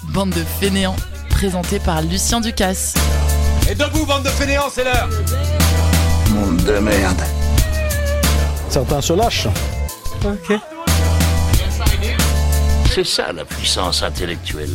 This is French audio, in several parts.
Bande de fainéants, présenté par Lucien Ducasse. Et debout, bande de fainéants, c'est l'heure. Monde de merde. Certains se lâchent. Ok. C'est ça la puissance intellectuelle.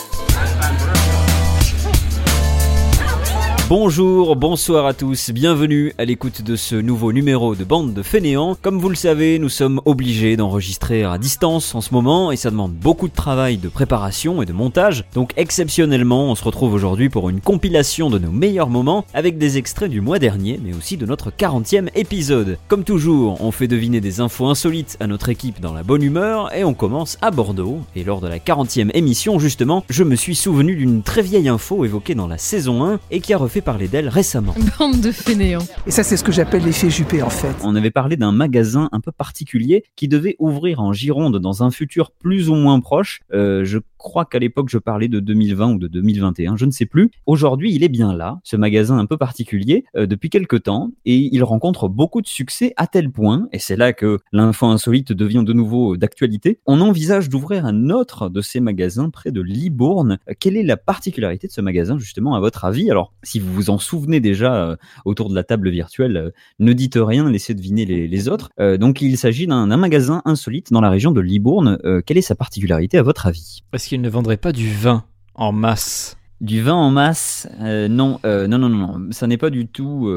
Bonjour, bonsoir à tous, bienvenue à l'écoute de ce nouveau numéro de Bande de fainéants. Comme vous le savez, nous sommes obligés d'enregistrer à distance en ce moment et ça demande beaucoup de travail de préparation et de montage. Donc exceptionnellement, on se retrouve aujourd'hui pour une compilation de nos meilleurs moments avec des extraits du mois dernier, mais aussi de notre 40e épisode. Comme toujours, on fait deviner des infos insolites à notre équipe dans la bonne humeur et on commence à Bordeaux. Et lors de la 40e émission, justement, je me suis souvenu d'une très vieille info évoquée dans la saison 1 et qui a refait parler d'elle récemment. Bande de fainéants. Et ça, c'est ce que j'appelle l'effet Juppé, en fait. On avait parlé d'un magasin un peu particulier qui devait ouvrir en Gironde dans un futur plus ou moins proche. Je crois qu'à l'époque, je parlais de 2020 ou de 2021, je ne sais plus. Aujourd'hui, il est bien là, ce magasin un peu particulier, depuis quelques temps, et il rencontre beaucoup de succès à tel point, et c'est là que l'info insolite devient de nouveau d'actualité, on envisage d'ouvrir un autre de ces magasins près de Libourne. Quelle est la particularité de ce magasin, justement, à votre avis ? Alors, si vous vous en souvenez déjà autour de la table virtuelle, ne dites rien, laissez deviner les autres. Donc, il s'agit d'un magasin insolite dans la région de Libourne. Quelle est sa particularité, à votre avis ? Est-ce qu'il ne vendrait pas du vin en masse ? Du vin en masse, non, ça n'est pas du tout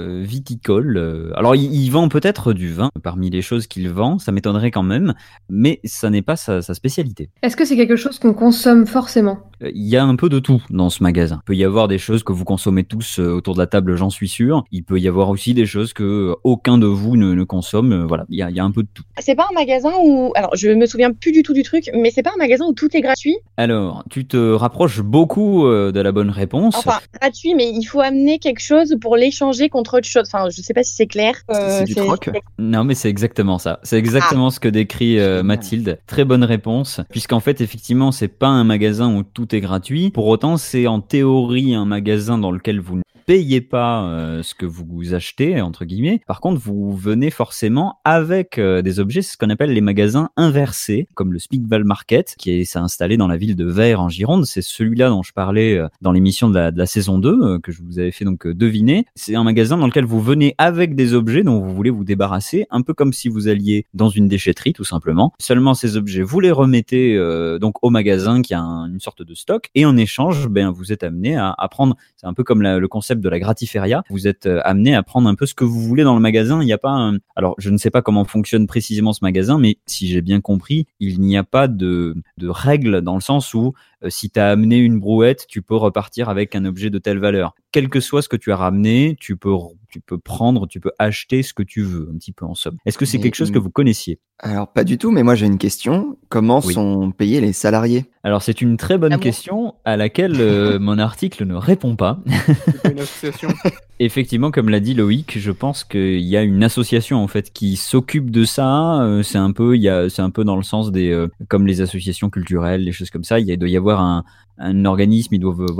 viticole. Alors, il vend peut-être du vin parmi les choses qu'il vend, ça m'étonnerait quand même, mais ça n'est pas sa spécialité. Est-ce que c'est quelque chose qu'on consomme forcément ? Il y a un peu de tout dans ce magasin. Il peut y avoir des choses que vous consommez tous autour de la table, j'en suis sûr. Il peut y avoir aussi des choses que aucun de vous ne consomme. Voilà, il y a un peu de tout. C'est pas un magasin où... Alors, je me souviens plus du tout du truc, mais c'est pas un magasin où tout est gratuit ? Alors, tu te rapproches beaucoup de la bonne réponse. Enfin, gratuit, mais il faut amener quelque chose pour l'échanger contre autre chose. Enfin, je sais pas si c'est clair. C'est du troc. Non, mais c'est exactement ça. C'est exactement ce que décrit Mathilde. Très bonne réponse. Puisqu'en fait, effectivement, c'est pas un magasin où tout est gratuit. Pour autant, c'est en théorie un magasin dans lequel vous ne payez pas ce que vous achetez, entre guillemets. Par contre, vous venez forcément avec des objets, c'est ce qu'on appelle les magasins inversés, comme le Spigval Market, qui s'est installé dans la ville de Vayres en Gironde. C'est celui-là dont je parlais dans l'émission de la saison 2, que je vous avais fait donc deviner. C'est un magasin dans lequel vous venez avec des objets dont vous voulez vous débarrasser, un peu comme si vous alliez dans une déchetterie, tout simplement. Seulement, ces objets, vous les remettez donc au magasin qui a une sorte de stock, et en échange, vous êtes amené à prendre, c'est un peu comme le concept de la gratiféria, vous êtes amené à prendre un peu ce que vous voulez dans le magasin. Il n'y a pas alors je ne sais pas comment fonctionne précisément ce magasin, mais si j'ai bien compris, il n'y a pas de règles dans le sens où si tu as amené une brouette, tu peux repartir avec un objet de telle valeur. Quel que soit ce que tu as ramené, tu peux prendre, tu peux acheter ce que tu veux, un petit peu en somme. Est-ce que c'est quelque chose que vous connaissiez ? Alors, pas du tout, mais moi j'ai une question. Comment sont payés les salariés ? Alors, c'est une très bonne question à laquelle mon article ne répond pas. C'est une association. Effectivement, comme l'a dit Loïc, je pense qu'il y a une association en fait qui s'occupe de ça. C'est un peu dans le sens des comme les associations culturelles, les choses comme ça. Il doit y avoir un organisme.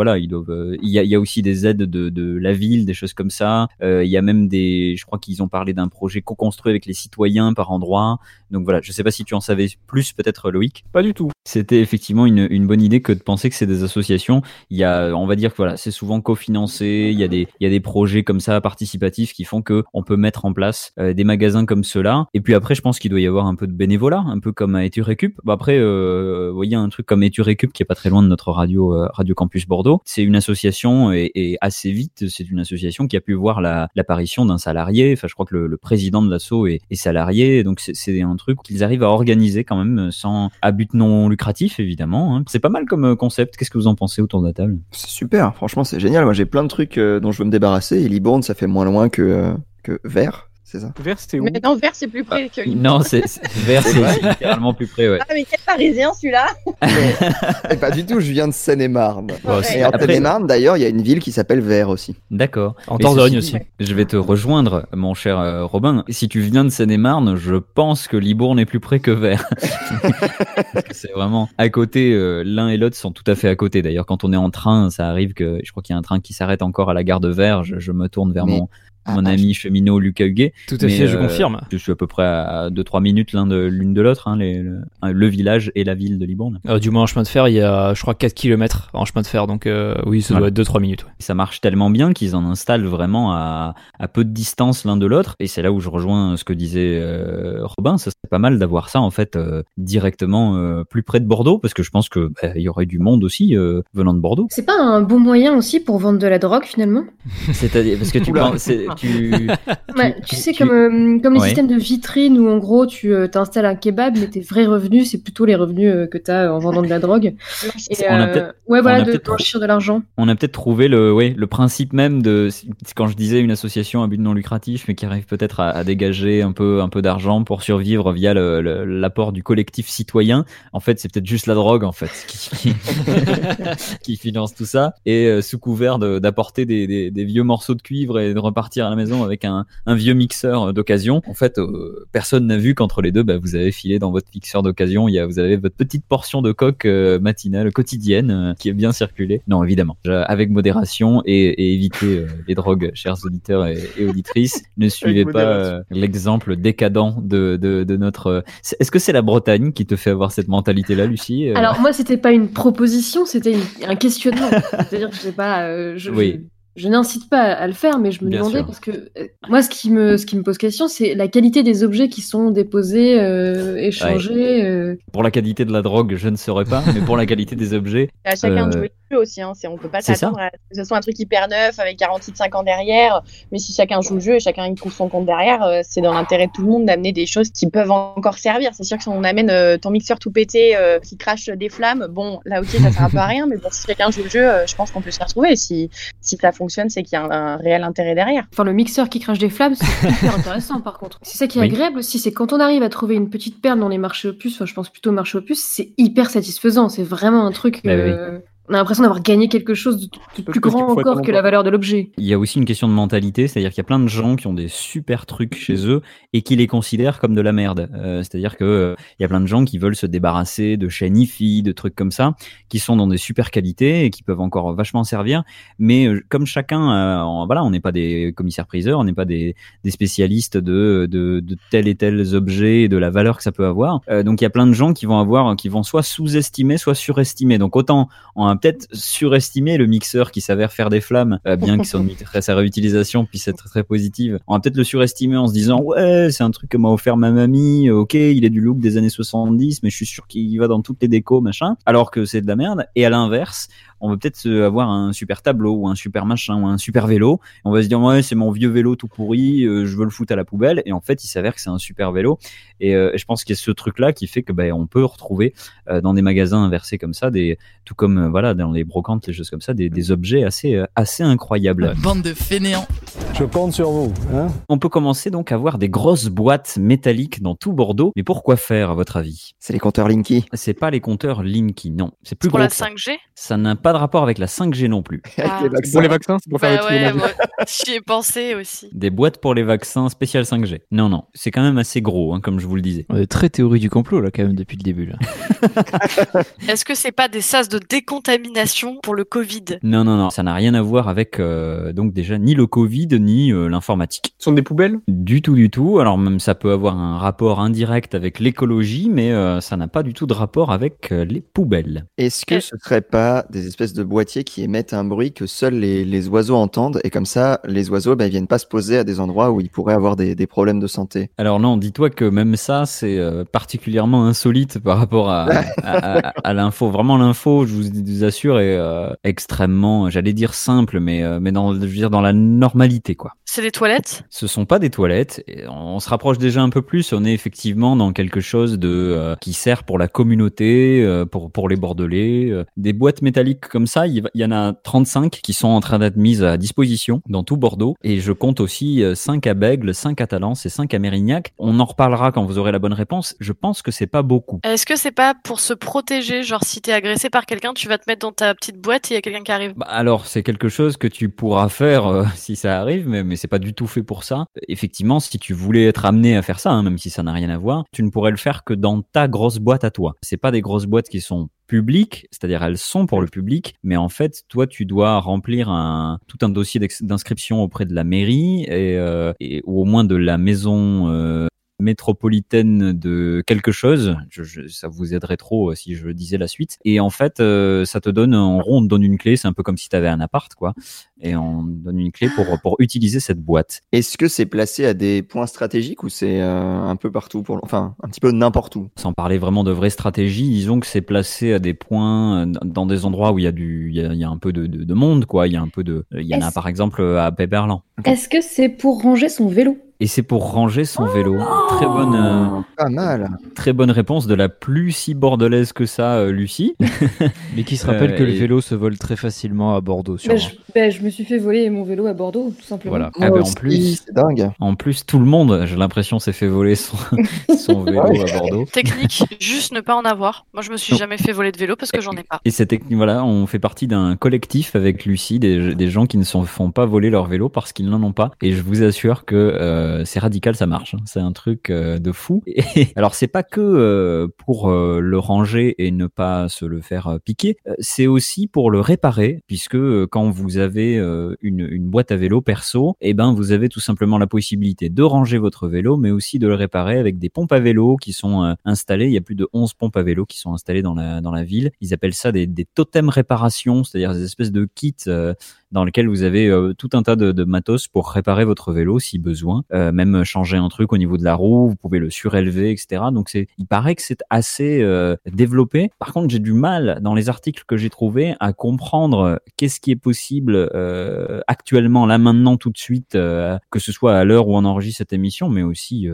Il y a aussi des aides de la ville, des choses comme ça. Il y a même je crois qu'ils ont parlé d'un projet co-construit avec les citoyens par endroit. Donc voilà, je sais pas si tu en savais plus, peut-être Loïc. Pas du tout. C'était effectivement une bonne idée que de penser que c'est des associations. On va dire que voilà, c'est souvent cofinancé. Il y a des projets comme ça participatifs qui font que on peut mettre en place des magasins comme ceux-là. Et puis après, je pense qu'il doit y avoir un peu de bénévolat, un peu comme à Eturécup. Après, vous voyez un truc comme Eturécup qui est pas très loin de notre Radio Campus Bordeaux. C'est une association et assez vite, c'est une association qui a pu voir l'apparition d'un salarié. Enfin, je crois que le président de l'asso est salarié. Donc c'est un truc qu'ils arrivent à organiser quand même sans à but non lucratif, évidemment. C'est pas mal comme concept. Qu'est-ce que vous en pensez autour de la table ? C'est super, franchement c'est génial. Moi j'ai plein de trucs dont je veux me débarrasser et Libourne ça fait moins loin que Vayres. C'est ça. Vayres, c'était où ? Mais non, Vayres, c'est plus près que... Non, Vayres, c'est littéralement plus près, ouais. Ah, mais quel parisien, celui-là. Et pas du tout, je viens de Seine-et-Marne. Bon, et en Seine-et-Marne, d'ailleurs, il y a une ville qui s'appelle Vayres aussi. D'accord. En Dordogne aussi. Je vais te rejoindre, mon cher Robin. Si tu viens de Seine-et-Marne, je pense que Libourne est plus près que Vayres. Parce que c'est vraiment à côté, l'un et l'autre sont tout à fait à côté. D'ailleurs, quand on est en train, ça arrive que, je crois qu'il y a un train qui s'arrête encore à la gare de Vayres. Je me tourne vers mon ami cheminot Lucas Huguet. Tout à fait, je confirme. Je suis à peu près à 2-3 minutes l'une de l'autre, hein, le village et la ville de Libourne. Du moins en chemin de fer, il y a je crois 4 km en chemin de fer, donc oui, ça doit être 2-3 minutes. Ouais. Ça marche tellement bien qu'ils en installent vraiment à peu de distance l'un de l'autre, et c'est là où je rejoins ce que disait Robin. Ça serait pas mal d'avoir ça en fait directement plus près de Bordeaux, parce que je pense que il y aurait du monde aussi venant de Bordeaux. C'est pas un bon moyen aussi pour vendre de la drogue finalement? C'est-à-dire parce que tu penses, tu sais comme les systèmes de vitrine où en gros tu t'installes un kebab, mais tes vrais revenus c'est plutôt les revenus que t'as en vendant de la drogue. Et, de blanchir de l'argent. On a peut-être trouvé le principe même de quand je disais une association à but non lucratif, mais qui arrive peut-être à dégager un peu d'argent pour survivre via l'apport du collectif citoyen. En fait, c'est peut-être juste la drogue en fait qui finance tout ça, et sous couvert d'apporter des vieux morceaux de cuivre et de repartir à la maison avec un vieux mixeur d'occasion. En fait, personne n'a vu qu'entre les deux, vous avez filé dans votre mixeur d'occasion, vous avez votre petite portion de coke matinale quotidienne qui est bien circulée. Non, évidemment, avec modération et évitez les drogues, chers auditeurs et auditrices. Ne suivez pas l'exemple décadent de notre... Est-ce que c'est la Bretagne qui te fait avoir cette mentalité-là, Lucie? Alors moi, c'était pas une proposition, c'était un questionnement. C'est-à-dire que je sais pas... Je n'incite pas à le faire, mais je me demandais parce que moi, ce qui me pose question, c'est la qualité des objets qui sont déposés, échangés. Pour la qualité de la drogue, je ne saurais pas, mais pour la qualité des objets. À chacun de jouer le jeu aussi, hein. On peut pas s'attendre à ce que ce soit un truc hyper neuf avec garantie de 5 ans derrière, mais si chacun joue le jeu et chacun y trouve son compte derrière, c'est dans l'intérêt de tout le monde d'amener des choses qui peuvent encore servir. C'est sûr que si on amène ton mixeur tout pété qui crache des flammes, bon, là ok, ça sert un peu à rien, mais bon, si chacun joue le jeu, je pense qu'on peut s'y retrouver. Si ça fonctionne, c'est qu'il y a un réel intérêt derrière. Enfin, le mixeur qui crache des flammes, c'est hyper intéressant par contre. C'est ça qui est agréable aussi, c'est quand on arrive à trouver une petite perle dans les marchés aux puces, je pense plutôt aux marchés aux puces, c'est hyper satisfaisant, c'est vraiment un truc... On a l'impression d'avoir gagné quelque chose de plus grand encore que la valeur de l'objet. Il y a aussi une question de mentalité, c'est-à-dire qu'il y a plein de gens qui ont des super trucs chez eux et qui les considèrent comme de la merde. C'est-à-dire que il y a plein de gens qui veulent se débarrasser de chaînes hi-fi, de trucs comme ça, qui sont dans des super qualités et qui peuvent encore vachement servir. Mais comme chacun, on n'est pas des commissaires-priseurs, on n'est pas des spécialistes de tel et tel objet et de la valeur que ça peut avoir. Donc il y a plein de gens qui vont soit sous-estimer, soit surestimer. Donc autant on a peut-être surestimé le mixeur qui s'avère faire des flammes, bien que sa réutilisation puisse être très positive. On va peut-être le surestimer en se disant ouais, c'est un truc que m'a offert ma mamie, ok, il est du look des années 70, mais je suis sûr qu'il va dans toutes les décos, machin, alors que c'est de la merde. Et à l'inverse, on va peut-être avoir un super tableau ou un super machin ou un super vélo. On va se dire ouais, c'est mon vieux vélo tout pourri, je veux le foutre à la poubelle. Et en fait, il s'avère que c'est un super vélo. Et je pense qu'il y a ce truc-là qui fait que on peut retrouver dans des magasins inversés comme ça, tout comme dans les brocantes, les choses comme ça, des objets assez incroyables. Bande de fainéants. Je compte sur vous. Hein. On peut commencer donc à voir des grosses boîtes métalliques dans tout Bordeaux. Mais pourquoi faire, à votre avis? C'est les compteurs Linky. C'est pas les compteurs Linky, non. C'est plus pour gros la 5G. Ça n'a pas de rapport avec la 5G non plus. Pour les vaccins, c'est pour faire J'y ai pensé aussi. Des boîtes pour les vaccins spécial 5G. Non, c'est quand même assez gros, comme je vous le disais. On est très théorie du complot là quand même depuis le début là. Est-ce que c'est pas des sas de décontamination pour le Covid? Non, ça n'a rien à voir avec donc déjà ni le Covid ni l'informatique. Ce sont des poubelles? Du tout. Alors même ça peut avoir un rapport indirect avec l'écologie, mais ça n'a pas du tout de rapport avec les poubelles. Est-ce que ce serait pas des espèces de boîtiers qui émettent un bruit que seuls les oiseaux entendent, et comme ça les oiseaux ils viennent pas se poser à des endroits où ils pourraient avoir des problèmes de santé? Alors non, dis-toi que même ça c'est particulièrement insolite par rapport à l'info. Vraiment l'info, je vous assure, est extrêmement, j'allais dire simple, mais dans la normalité quoi. C'est des toilettes? Ce sont pas des toilettes. On se rapproche déjà un peu plus. On est effectivement dans quelque chose qui sert pour la communauté, pour les Bordelais. Des boîtes métalliques comme ça, il y en a 35 qui sont en train d'être mises à disposition dans tout Bordeaux. Et je compte aussi 5 à Bègles, 5 à Talence et 5 à Mérignac. On en reparlera quand vous aurez la bonne réponse. Je pense que c'est pas beaucoup. Est-ce que c'est pas pour se protéger? Genre si t'es agressé par quelqu'un, tu vas te mettre dans ta petite boîte et il y a quelqu'un qui arrive. Alors c'est quelque chose que tu pourras faire si ça arrive, mais c'est pas du tout fait pour ça. Effectivement, si tu voulais être amené à faire ça, même si ça n'a rien à voir, tu ne pourrais le faire que dans ta grosse boîte à toi. C'est pas des grosses boîtes qui sont public, c'est-à-dire elles sont pour le public, mais en fait, toi, tu dois remplir tout un dossier d'inscription auprès de la mairie ou au moins de la maison métropolitaine de quelque chose. Ça vous aiderait trop si je disais la suite. Et en fait, ça te donne, en rond, on te donne une clé. C'est un peu comme si tu avais un appart, quoi. Et on donne une clé pour utiliser cette boîte. Est-ce que c'est placé à des points stratégiques ou c'est un peu partout, enfin un petit peu n'importe où? Sans parler vraiment de vraie stratégie, disons que c'est placé à des points, dans des endroits où il y a un peu de monde, quoi. Il y a un peu il y en a par exemple à Péberlan. Est-ce que c'est pour ranger son vélo? Et c'est pour ranger son vélo. Très bonne, pas mal. Très bonne réponse de la plus si bordelaise que ça, Lucie. Mais qui se rappelle que le vélo se vole très facilement à Bordeaux. Je me suis fait voler mon vélo à Bordeaux, tout simplement. Voilà. En plus, c'est dingue. En plus, tout le monde, j'ai l'impression, s'est fait voler son vélo à Bordeaux. Technique, juste ne pas en avoir. Moi, je me suis jamais fait voler de vélo parce que j'en ai pas. Et cette technique, voilà, on fait partie d'un collectif avec Lucie, des gens qui ne se font pas voler leur vélo parce qu'ils n'en ont pas. Et je vous assure que c'est radical, ça marche. C'est un truc de fou. Et alors, c'est pas que pour le ranger et ne pas se le faire piquer, c'est aussi pour le réparer, puisque quand vous avez une boîte à vélo perso, eh ben vous avez tout simplement la possibilité de ranger votre vélo, mais aussi de le réparer avec des pompes à vélo qui sont installées. Il y a plus de 11 pompes à vélo qui sont installées dans la ville. Ils appellent ça des totems réparation, c'est-à-dire des espèces de kits dans lesquels vous avez tout un tas de matos pour réparer votre vélo si besoin, même changer un truc au niveau de la roue, vous pouvez le surélever, etc. Donc il paraît que c'est assez développé. Par contre, j'ai du mal dans les articles que j'ai trouvés à comprendre qu'est-ce qui est possible actuellement, là maintenant, tout de suite, que ce soit à l'heure où on enregistre cette émission, mais aussi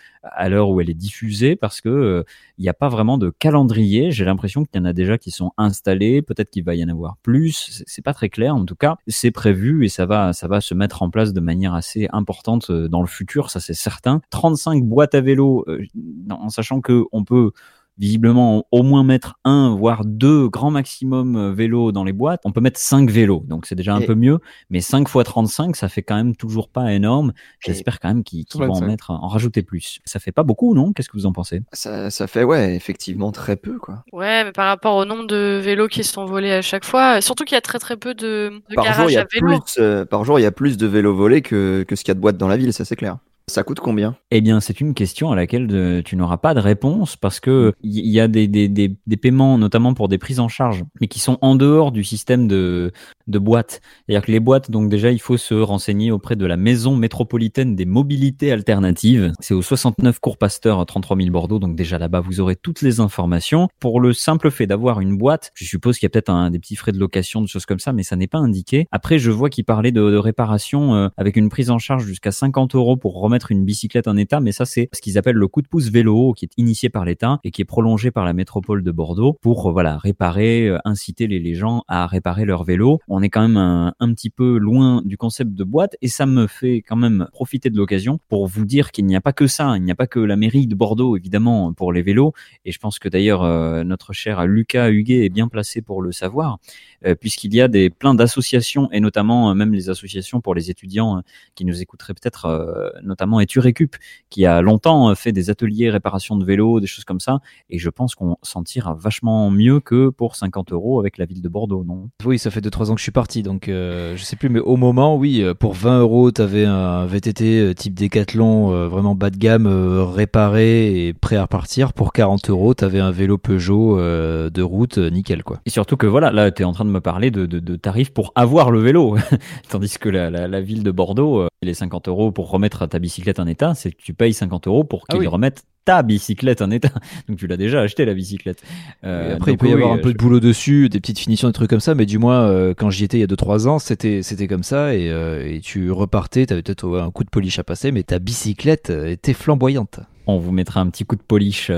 à l'heure où elle est diffusée, parce que il n'y a pas vraiment de calendrier. J'ai l'impression qu'il y en a déjà qui sont installés, peut-être qu'il va y en avoir plus, c'est pas très clair. En tout cas, c'est prévu et ça va se mettre en place de manière assez importante dans le futur, ça c'est certain. 35 boîtes à vélo, en sachant que on peut visiblement au moins mettre 1 voire 2 grand maximum vélos dans les boîtes. On peut mettre 5 vélos, donc c'est déjà un peu mieux, mais 5 x 35, ça fait quand même toujours pas énorme. J'espère quand même qu'ils vont en rajouter plus. Ça fait pas beaucoup, non? Qu'est-ce que vous en pensez? Ça fait, ouais, effectivement très peu, quoi. Ouais, mais par rapport au nombre de vélos qui sont volés à chaque fois, surtout qu'il y a très très peu de garages à vélo. Par jour, il y a plus de vélos volés que ce qu'il y a de boîtes dans la ville, ça c'est clair. Ça coûte combien? Eh bien, c'est une question à laquelle tu n'auras pas de réponse parce que il y a des paiements, notamment pour des prises en charge, mais qui sont en dehors du système de boîtes. C'est-à-dire que les boîtes, donc déjà, il faut se renseigner auprès de la Maison métropolitaine des mobilités alternatives. C'est au 69 cours Pasteur, 33 000 Bordeaux. Donc déjà là-bas, vous aurez toutes les informations. Pour le simple fait d'avoir une boîte, je suppose qu'il y a peut-être des petits frais de location, des choses comme ça, mais ça n'est pas indiqué. Après, je vois qu'il parlait de réparation avec une prise en charge jusqu'à 50 € pour remettre une bicyclette en état, mais ça c'est ce qu'ils appellent le coup de pouce vélo, qui est initié par l'État et qui est prolongé par la métropole de Bordeaux pour réparer, inciter les gens à réparer leur vélo. On est quand même un petit peu loin du concept de boîte et ça me fait quand même profiter de l'occasion pour vous dire qu'il n'y a pas que ça, il n'y a pas que la mairie de Bordeaux évidemment pour les vélos, et je pense que d'ailleurs notre cher Lucas Huguet est bien placé pour le savoir, puisqu'il y a plein d'associations et notamment même les associations pour les étudiants qui nous écouteraient peut-être, notamment Eturécup, qui a longtemps fait des ateliers réparation de vélos, des choses comme ça, et je pense qu'on s'en tire vachement mieux que pour 50 € avec la ville de Bordeaux, non? Oui, ça fait 2-3 ans que je suis parti, donc je sais plus, mais au moment, oui, pour 20 € t'avais un VTT type Décathlon, vraiment bas de gamme, réparé et prêt à repartir. Pour 40 € t'avais un vélo Peugeot de route, nickel, quoi. Et surtout que voilà, là t'es en train de me parler de tarifs pour avoir le vélo, tandis que la ville de Bordeaux, les 50 € pour remettre ta bicyclette en état, c'est que tu payes 50 € pour qu'ils remettent ta bicyclette en état. Donc tu l'as déjà acheté, la bicyclette. Après, il peut y avoir un peu de boulot dessus, des petites finitions, des trucs comme ça, mais du moins, quand j'y étais il y a 2-3 ans, c'était comme ça, et tu repartais, t'avais peut-être un coup de polish à passer, mais ta bicyclette était flamboyante. On vous mettra un petit coup de polish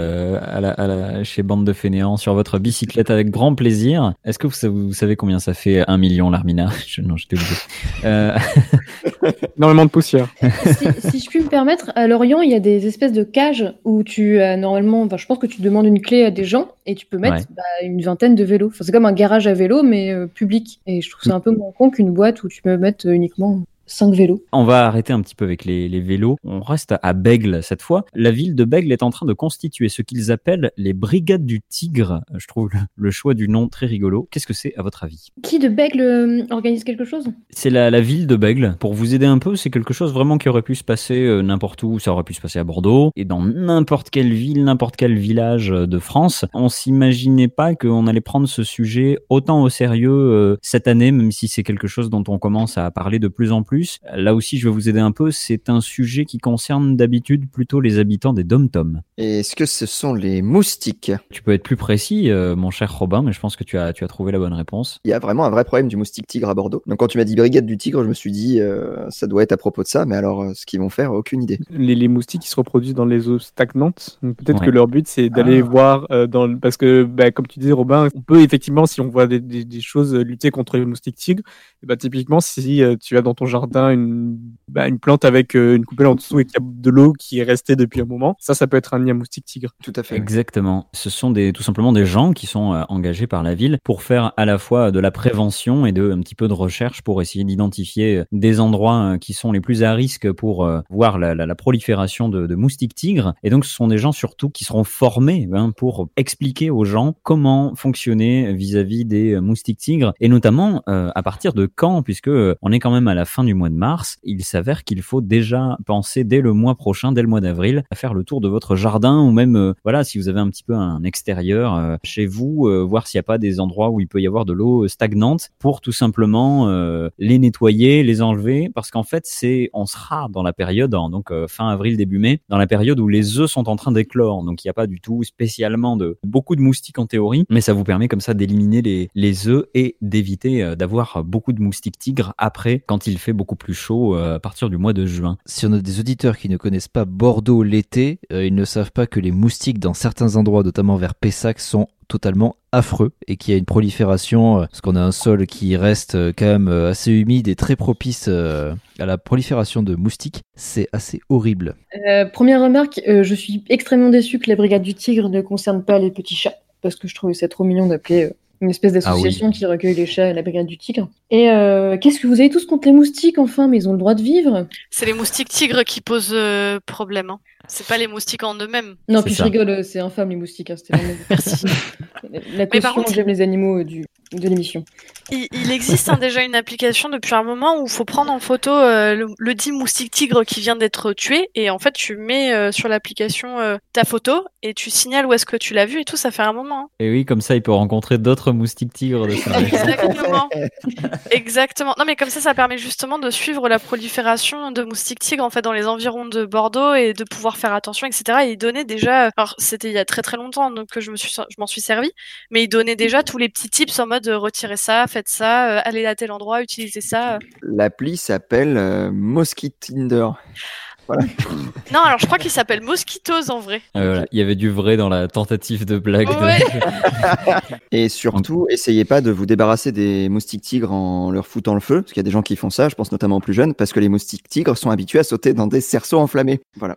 chez Bande de Fainéants sur votre bicyclette avec grand plaisir. Est-ce que vous savez combien ça fait 1 million, l'Armina? Non, j'étais obligé. Énormément de poussière. Si je puis me permettre, à Lorient, il y a des espèces de cages où tu as normalement, je pense que tu demandes une clé à des gens et tu peux mettre une vingtaine de vélos. Enfin, c'est comme un garage à vélo, mais public. Et je trouve ça un peu moins con qu'une boîte où tu peux mettre uniquement 5 vélos. On va arrêter un petit peu avec les vélos. On reste à Bègle cette fois. La ville de Bègle est en train de constituer ce qu'ils appellent les Brigades du Tigre. Je trouve le choix du nom très rigolo. Qu'est-ce que c'est à votre avis ? Qui de Bègle organise quelque chose ? C'est la ville de Bègle. Pour vous aider un peu, c'est quelque chose vraiment qui aurait pu se passer n'importe où. Ça aurait pu se passer à Bordeaux et dans n'importe quelle ville, n'importe quel village de France. On s'imaginait pas qu'on allait prendre ce sujet autant au sérieux cette année, même si c'est quelque chose dont on commence à parler de plus en plus. Là aussi, je vais vous aider un peu. C'est un sujet qui concerne d'habitude plutôt les habitants des dom-toms. Et est-ce que ce sont les moustiques ? Tu peux être plus précis, mon cher Robin, mais je pense que tu as trouvé la bonne réponse. Il y a vraiment un vrai problème du moustique tigre à Bordeaux. Donc quand tu m'as dit Brigade du Tigre, je me suis dit ça doit être à propos de ça, mais alors ce qu'ils vont faire, aucune idée. Les moustiques qui se reproduisent dans les eaux stagnantes. Donc, peut-être que leur but c'est d'aller voir parce que comme tu disais Robin, on peut effectivement, si on voit des choses, lutter contre les moustiques tigres. Et typiquement si tu as dans ton jardin une plante avec une coupelle en dessous et qu'il y a de l'eau qui est restée depuis un moment, ça peut être un nid à moustique tigre. Tout à fait. Exactement. Ce sont tout simplement des gens qui sont engagés par la ville pour faire à la fois de la prévention et un petit peu de recherche pour essayer d'identifier des endroits qui sont les plus à risque pour voir la prolifération de moustiques tigres. Et donc ce sont des gens surtout qui seront formés pour expliquer aux gens comment fonctionner vis-à-vis des moustiques tigres et notamment à partir de quand, puisque on est quand même à la fin du mois de mars, il s'avère qu'il faut déjà penser dès le mois prochain, dès le mois d'avril, à faire le tour de votre jardin ou même si vous avez un petit peu un extérieur chez vous, voir s'il n'y a pas des endroits où il peut y avoir de l'eau stagnante pour tout simplement les nettoyer, les enlever, parce qu'en fait on sera dans la période, donc fin avril, début mai, dans la période où les œufs sont en train d'éclore, donc il n'y a pas du tout spécialement beaucoup de moustiques en théorie, mais ça vous permet comme ça d'éliminer les œufs et d'éviter d'avoir beaucoup de moustiques tigres après, quand il fait beaucoup plus chaud à partir du mois de juin. Si on a des auditeurs qui ne connaissent pas Bordeaux l'été, ils ne savent pas que les moustiques dans certains endroits, notamment vers Pessac, sont totalement affreux et qu'il y a une prolifération, parce qu'on a un sol qui reste quand même assez humide et très propice à la prolifération de moustiques. C'est assez horrible. Première remarque, je suis extrêmement déçue que la Brigade du Tigre ne concerne pas les petits chats, parce que je trouvais ça trop mignon d'appeler une espèce d'association qui recueille les chats à la Brigade du Tigre. Et qu'est-ce que vous avez tous contre les moustiques, enfin, mais ils ont le droit de vivre. C'est les moustiques tigres qui posent problème. C'est pas les moustiques en eux-mêmes. Non, puis je rigole, c'est infâme les moustiques. C'était vraiment... Merci. La caution, j'aime les animaux de l'émission. Il existe déjà une application depuis un moment où il faut prendre en photo le dit moustique tigre qui vient d'être tué et en fait tu mets sur l'application ta photo et tu signales où est-ce que tu l'as vu et tout, ça fait un moment. Et oui, comme ça il peut rencontrer d'autres moustiques tigres de ça. Exactement. Non mais comme ça permet justement de suivre la prolifération de moustiques tigres en fait dans les environs de Bordeaux et de pouvoir faire attention, etc. Et il donnait déjà, alors c'était il y a très très longtemps donc je m'en suis servi, mais il donnait déjà tous les petits tips en mode retirez ça, faites ça, allez à tel endroit, utilisez ça. L'appli s'appelle Mosquitinder. Voilà. Non, alors je crois qu'il s'appelle Mosquitos en vrai. Voilà. Il y avait du vrai dans la tentative de blague. Ouais. Et surtout, essayez pas de vous débarrasser des moustiques tigres en leur foutant le feu, parce qu'il y a des gens qui font ça, je pense notamment aux plus jeunes, parce que les moustiques tigres sont habitués à sauter dans des cerceaux enflammés. Voilà.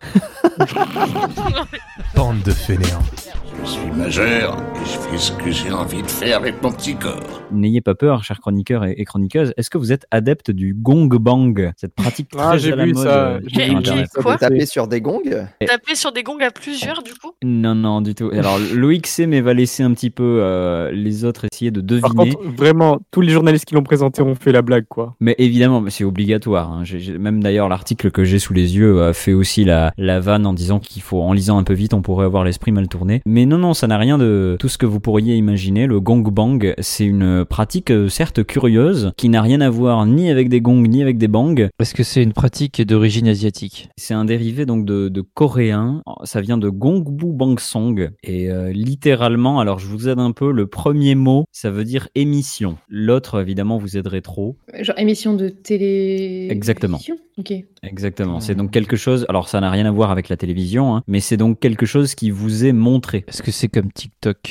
Bande de fainéants. Je suis majeur et je fais ce que j'ai envie de faire avec mon petit corps. N'ayez pas peur, chers chroniqueurs et chroniqueuses. Est-ce que vous êtes adepte du gong bang, cette pratique très à la mode sur Internet? Taper sur des gongs. Taper sur des gongs à plusieurs, du coup? Non, du tout. Alors, Loïc sait, mais va laisser un petit peu les autres essayer de deviner. Par contre, vraiment, tous les journalistes qui l'ont présenté ont fait la blague, quoi. Mais évidemment, c'est obligatoire. Hein. Même d'ailleurs, l'article que j'ai sous les yeux fait aussi la vanne en disant qu'il faut, en lisant un peu vite, on pourrait avoir l'esprit mal tourné. Mais non, ça n'a rien de tout ce que vous pourriez imaginer. Le gong bang, c'est une pratique certes curieuse, qui n'a rien à voir ni avec des gongs, ni avec des bangs. Est-ce que c'est une pratique d'origine asiatique? C'est un dérivé donc de coréen. Ça vient de Gongbu Bangsong. Et littéralement, alors je vous aide un peu, le premier mot, ça veut dire émission. L'autre, évidemment, vous aiderait trop. Genre émission de télé... Exactement. Ok. Exactement. C'est donc quelque chose, alors ça n'a rien à voir avec la télévision, hein, mais c'est donc quelque chose qui vous est montré. Est-ce que c'est comme TikTok?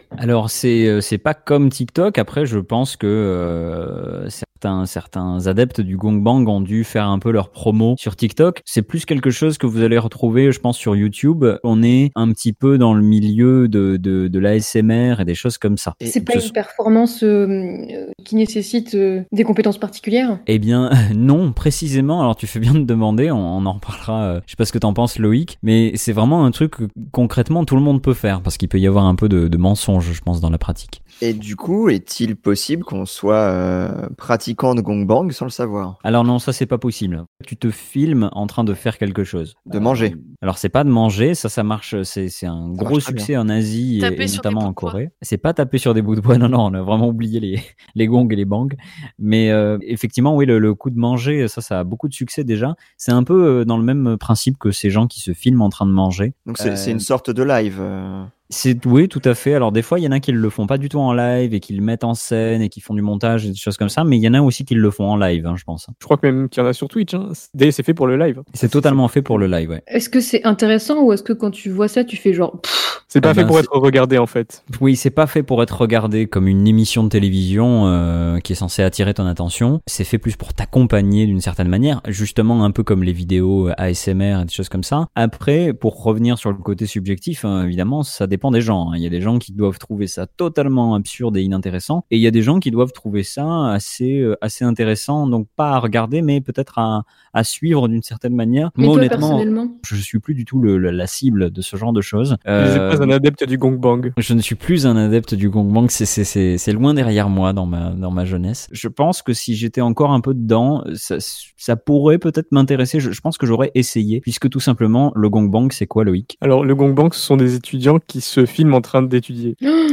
Alors c'est pas comme TikTok. Après, je pense que certains adeptes du gangbang ont dû faire un peu leur promo sur TikTok. C'est plus quelque chose que vous allez retrouver, je pense, sur YouTube. On est un petit peu dans le milieu de l'ASMR et des choses comme ça. C'est pas une performance qui nécessite des compétences particulières? Eh bien, non, précisément. Alors, tu fais bien de demander. On en reparlera. Je sais pas ce que t'en penses, Loïc, mais c'est vraiment un truc que concrètement tout le monde peut faire parce qu'il peut y avoir un peu de mensonge, je pense, dans la pratique. Et du coup, est-il possible qu'on soit pratiquant de gangbang sans le savoir? Alors non, ça c'est pas possible. Tu te filmes en train de faire quelque chose. De manger. Alors c'est pas de manger, ça marche, c'est un gros succès en Asie et notamment en Corée. C'est pas taper sur des bouts de bois, non, on a vraiment oublié les gongs et les bangs. Mais effectivement, oui, le coup de manger, ça a beaucoup de succès déjà. C'est un peu dans le même principe que ces gens qui se filment en train de manger. Donc c'est une sorte de live. Oui, tout à fait. Alors des fois, il y en a qui le font pas du tout en live et qui le mettent en scène et qui font du montage et des choses comme ça, mais il y en a aussi qui le font en live, je pense. Je crois que même qu'il y en a sur Twitch. D'ailleurs, c'est fait pour le live. C'est totalement fait pour le live, ouais. Est-ce que c'est intéressant ou est-ce que quand tu vois ça, tu fais genre... C'est pas fait pour être regardé, en fait. Oui, c'est pas fait pour être regardé comme une émission de télévision qui est censée attirer ton attention. C'est fait plus pour t'accompagner d'une certaine manière, justement un peu comme les vidéos ASMR et des choses comme ça. Après, pour revenir sur le côté subjectif, évidemment, ça dépend des gens. Il y a des gens qui doivent trouver ça totalement absurde et inintéressant, et il y a des gens qui doivent trouver ça assez intéressant, donc pas à regarder, mais peut-être à suivre d'une certaine manière. Mais moi, toi, honnêtement, personnellement, je suis plus du tout la cible de ce genre de choses. Je suis pas un adepte du gangbang. Je ne suis plus un adepte du gangbang, c'est loin derrière moi dans ma jeunesse. Je pense que si j'étais encore un peu dedans, ça pourrait peut-être m'intéresser. Je pense que j'aurais essayé, puisque tout simplement, le gangbang, c'est quoi, Loïc? Alors, le gangbang, ce sont des étudiants qui se filment en train d'étudier.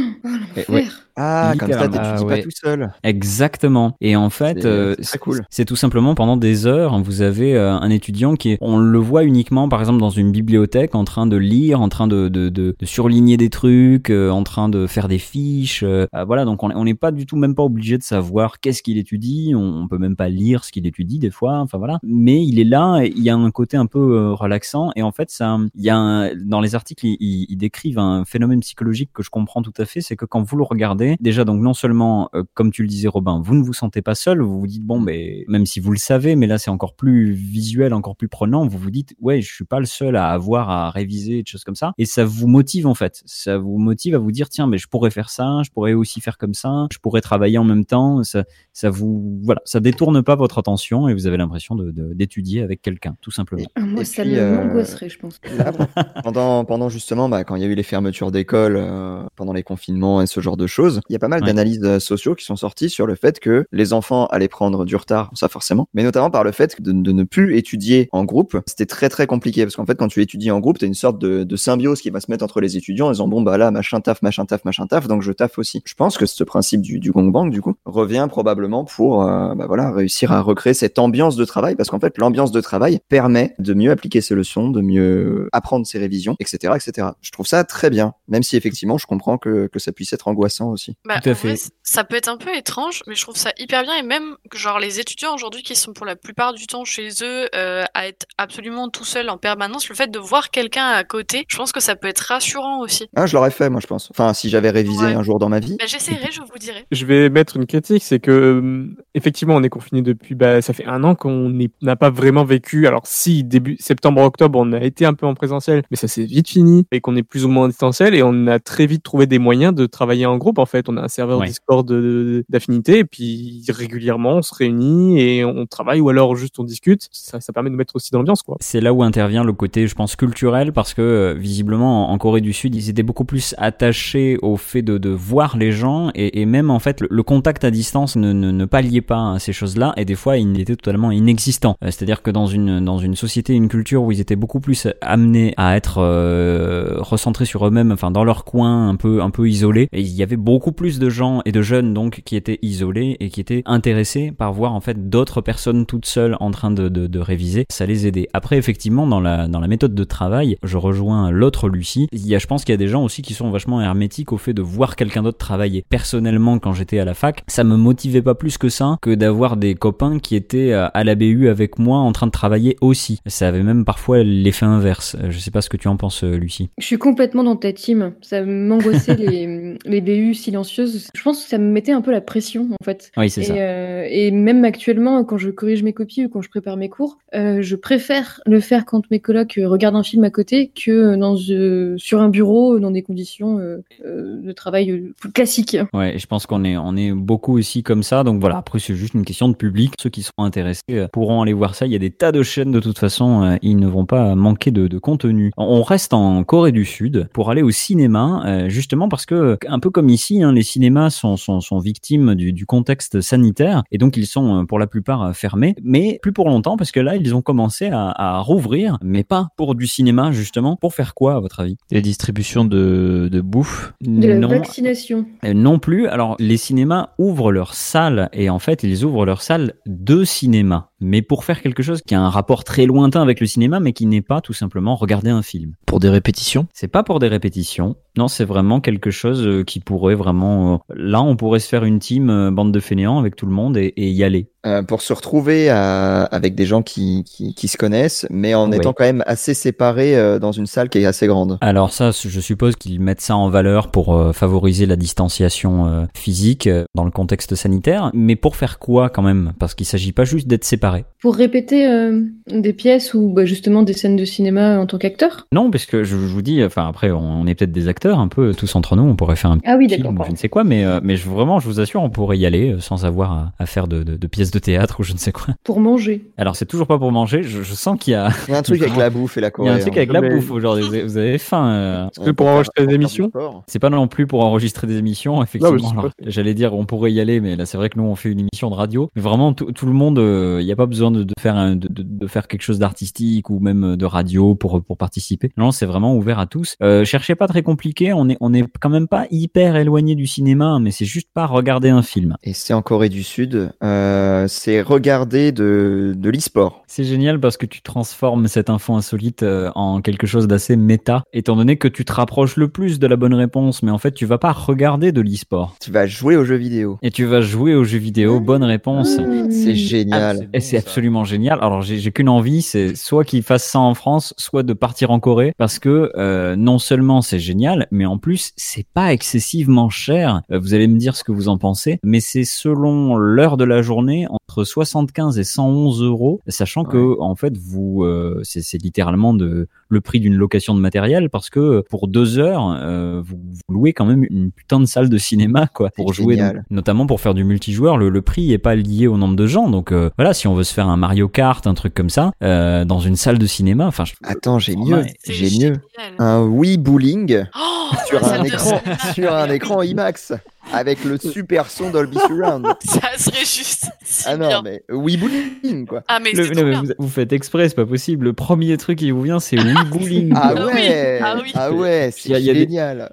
Comme ça, t'étudies pas tout seul. Exactement. Et en fait, c'est cool. C'est tout simplement pendant des heures, vous avez un étudiant on le voit uniquement, par exemple, dans une bibliothèque, en train de lire, en train de surligner des trucs, en train de faire des fiches. Voilà, donc on n'est pas du tout, même pas obligé de savoir qu'est-ce qu'il étudie. On peut même pas lire ce qu'il étudie des fois. Enfin voilà. Mais il est là. Il y a un côté un peu relaxant. Et en fait, dans les articles, ils décrivent un phénomène psychologique que je comprends tout à fait. C'est que quand vous le regardez, déjà, donc non seulement, comme tu le disais, Robin, vous ne vous sentez pas seul. Vous vous dites bon, mais même si vous le savez, mais là c'est encore plus visuel, encore plus prenant. Vous vous dites ouais, je suis pas le seul à avoir à réviser, des choses comme ça. Et ça vous motive en fait. Ça vous motive à vous dire tiens, mais je pourrais faire ça, je pourrais aussi faire comme ça, je pourrais travailler en même temps. Ça détourne pas votre attention et vous avez l'impression d'étudier avec quelqu'un, tout simplement. Moi, ça m'angoisserait, je pense. Là, pendant justement, quand il y a eu les fermetures d'écoles, pendant les confinements et ce genre de choses, il y a pas mal d'analyses sociaux qui sont sorties sur le fait que les enfants allaient prendre du retard, ça forcément, mais notamment par le fait de ne plus étudier en groupe. C'était très très compliqué parce qu'en fait, quand tu étudies en groupe, t'as une sorte de symbiose qui va se mettre entre les étudiants en disant bon bah là machin taf, donc je taffe aussi. Je pense que ce principe du gangbang du coup revient probablement pour réussir à recréer cette ambiance de travail, parce qu'en fait l'ambiance de travail permet de mieux appliquer ses leçons, de mieux apprendre ses révisions, etc. Je trouve ça très bien, même si effectivement je comprends que ça puisse être angoissant aussi. Tout à fait. Vrai, ça peut être un peu étrange, mais je trouve ça hyper bien, et même genre les étudiants aujourd'hui qui sont pour la plupart du temps chez eux à être absolument tout seuls en permanence, le fait de voir quelqu'un à côté, je pense que ça peut être rassurant aussi. Ah, je l'aurais fait moi je pense. Enfin si j'avais révisé un jour dans ma vie. J'essaierai, je vous dirai. Je vais mettre une critique, c'est que effectivement on est confiné depuis, ça fait 1 an qu'on n'a pas vraiment vécu. Alors si début septembre-octobre on a été un peu en présentiel, mais ça s'est vite fini et qu'on est plus ou moins en distanciel, et on a très vite trouvé des moyens de travailler en groupe en fait. On a un serveur Discord d'affinité et puis régulièrement on se réunit et on travaille ou alors juste on discute. Ça permet de mettre aussi d'ambiance quoi. C'est là où intervient le côté je pense culturel, parce que visiblement en Corée du Sud ils étaient beaucoup plus attachés au fait de voir les gens, et même en fait le contact à distance ne palliait pas à ces choses-là, et des fois il était totalement inexistant. C'est-à-dire que dans une société, une culture où ils étaient beaucoup plus amenés à être recentrés sur eux-mêmes, enfin dans leur coin un peu isolé, et il y avait beaucoup beaucoup plus de gens et de jeunes donc qui étaient isolés et qui étaient intéressés par voir en fait d'autres personnes toutes seules en train de réviser. Ça les aidait. Après, effectivement, dans la méthode de travail, je rejoins l'autre Lucie. Je pense qu'il y a des gens aussi qui sont vachement hermétiques au fait de voir quelqu'un d'autre travailler. Personnellement, quand j'étais à la fac, ça me motivait pas plus que ça que d'avoir des copains qui étaient à la BU avec moi en train de travailler aussi. Ça avait même parfois l'effet inverse. Je sais pas ce que tu en penses, Lucie. Je suis complètement dans ta team. Ça m'angoissait les BU silencieuses. Je pense que ça me mettait un peu la pression en fait. Oui, c'est ça. Et même actuellement, quand je corrige mes copies ou quand je prépare mes cours, je préfère le faire quand mes colocs regardent un film à côté que sur un bureau dans des conditions de travail classiques. Ouais, et je pense qu'on est beaucoup aussi comme ça. Donc voilà, après c'est juste une question de public. Ceux qui seront intéressés pourront aller voir ça. Il y a des tas de chaînes de toute façon. Ils ne vont pas manquer de contenu. On reste en Corée du Sud pour aller au cinéma, justement parce que un peu comme ici, les cinémas sont victimes du contexte sanitaire et donc ils sont pour la plupart fermés, mais plus pour longtemps parce que là ils ont commencé à rouvrir, mais pas pour du cinéma justement. Pour faire quoi à votre avis? Les distributions de bouffe. De la vaccination. Non plus. Alors les cinémas ouvrent leurs salles et en fait ils ouvrent leurs salles de cinéma, mais pour faire quelque chose qui a un rapport très lointain avec le cinéma, mais qui n'est pas tout simplement regarder un film. Pour des répétitions? C'est pas pour des répétitions. Non, c'est vraiment quelque chose qui pourrait vraiment... là, on pourrait se faire une team bande de fainéants avec tout le monde et y aller. Pour se retrouver avec des gens qui se connaissent, mais en étant quand même assez séparés dans une salle qui est assez grande. Alors ça, je suppose qu'ils mettent ça en valeur pour favoriser la distanciation physique dans le contexte sanitaire. Mais pour faire quoi quand même? Parce qu'il s'agit pas juste d'être séparés. Pour répéter des pièces ou justement des scènes de cinéma en tant qu'acteur? Non, parce que je vous dis, enfin après, on est peut-être des acteurs un peu tous entre nous, on pourrait faire un film ou je ne sais quoi, mais vraiment, je vous assure, on pourrait y aller sans avoir à faire de pièces de théâtre ou je ne sais quoi. Pour manger. Alors c'est toujours pas pour manger, je sens qu'il y a... Il y a un truc avec la bouffe et la Corée. Il y a un truc avec la bouffe aujourd'hui, vous avez faim. Est-ce que pour enregistrer des émissions? C'est pas non plus pour enregistrer des émissions, effectivement. Alors, j'allais dire on pourrait y aller, mais là c'est vrai que nous on fait une émission de radio, mais vraiment tout le monde, il n'y a pas besoin de faire quelque chose d'artistique ou même de radio pour participer. Non, c'est vraiment ouvert à tous. Cherchez pas très compliqué, on est quand même pas hyper éloigné du cinéma, mais c'est juste pas regarder un film. Et c'est en Corée du Sud, c'est regarder de l'e-sport. C'est génial parce que tu transformes cette info insolite en quelque chose d'assez méta, étant donné que tu te rapproches le plus de la bonne réponse, mais en fait tu vas pas regarder de l'e-sport. Tu vas jouer aux jeux vidéo. Et tu vas jouer aux jeux vidéo, bonne réponse. C'est génial. Et c'est absolument génial. Alors j'ai qu'une envie, c'est soit qu'ils fassent ça en France, soit de partir en Corée, parce que non seulement c'est génial, mais en plus c'est pas excessivement cher. Vous allez me dire ce que vous en pensez, mais c'est selon l'heure de la journée entre 75 et 111 euros, sachant que en fait c'est littéralement le prix d'une location de matériel, parce que pour 2 heures vous louez quand même une putain de salle de cinéma quoi pour jouer, donc, notamment pour faire du multijoueur. Le prix est pas lié au nombre de gens, donc voilà, si on veut se faire un Mario Kart, un truc comme ça dans une salle de cinéma, enfin attends, j'ai mieux un Wii Bowling sur un écran IMAX avec le super son Dolby Surround. Ça serait juste ah non, mais Wii Bowling quoi. Ah mais c'est trop bien. Vous faites exprès, c'est pas possible. Le premier truc qui vous vient, c'est Wii Bowling. Ah ouais, c'est génial.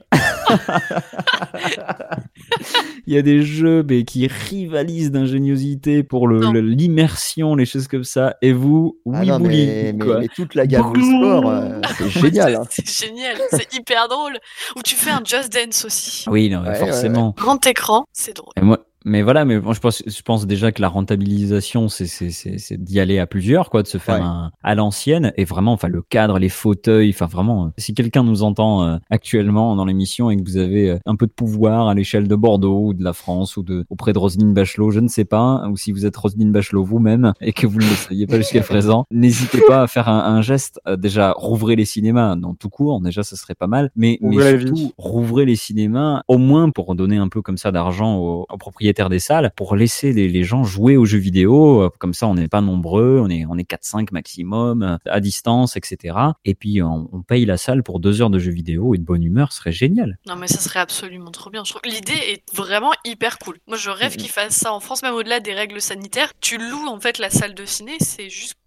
Il y a des jeux qui rivalisent d'ingéniosité pour l'immersion, les choses comme ça. Et vous, Wii Bowling. Mais toute la gamme Wii Sport, c'est génial. C'est génial, c'est hyper drôle. Ou tu fais un Just Dance aussi. Oui, non, forcément. Ouais. Grand écran, c'est drôle. Et moi, mais voilà, mais moi je pense déjà que la rentabilisation c'est d'y aller à plusieurs quoi, de se faire à l'ancienne, et vraiment enfin le cadre, les fauteuils, enfin vraiment si quelqu'un nous entend actuellement dans l'émission et que vous avez un peu de pouvoir à l'échelle de Bordeaux ou de la France ou auprès de Roselyne Bachelot, je ne sais pas, ou si vous êtes Roselyne Bachelot vous-même et que vous ne le saviez pas jusqu'à présent, n'hésitez pas à faire un geste, déjà rouvrez les cinémas dans tout court, déjà ça serait pas mal, mais surtout rouvrez les cinémas au moins pour donner un peu comme ça d'argent aux propriétaires des salles, pour laisser les gens jouer aux jeux vidéo, comme ça on n'est pas nombreux, on est 4-5 maximum, à distance, etc. Et puis on paye la salle pour 2 heures de jeux vidéo et de bonne humeur, ce serait génial. Non mais ça serait absolument trop bien. Je trouve l'idée est vraiment hyper cool. Moi je rêve qu'ils fassent ça en France, même au-delà des règles sanitaires. Tu loues en fait la salle de ciné, c'est juste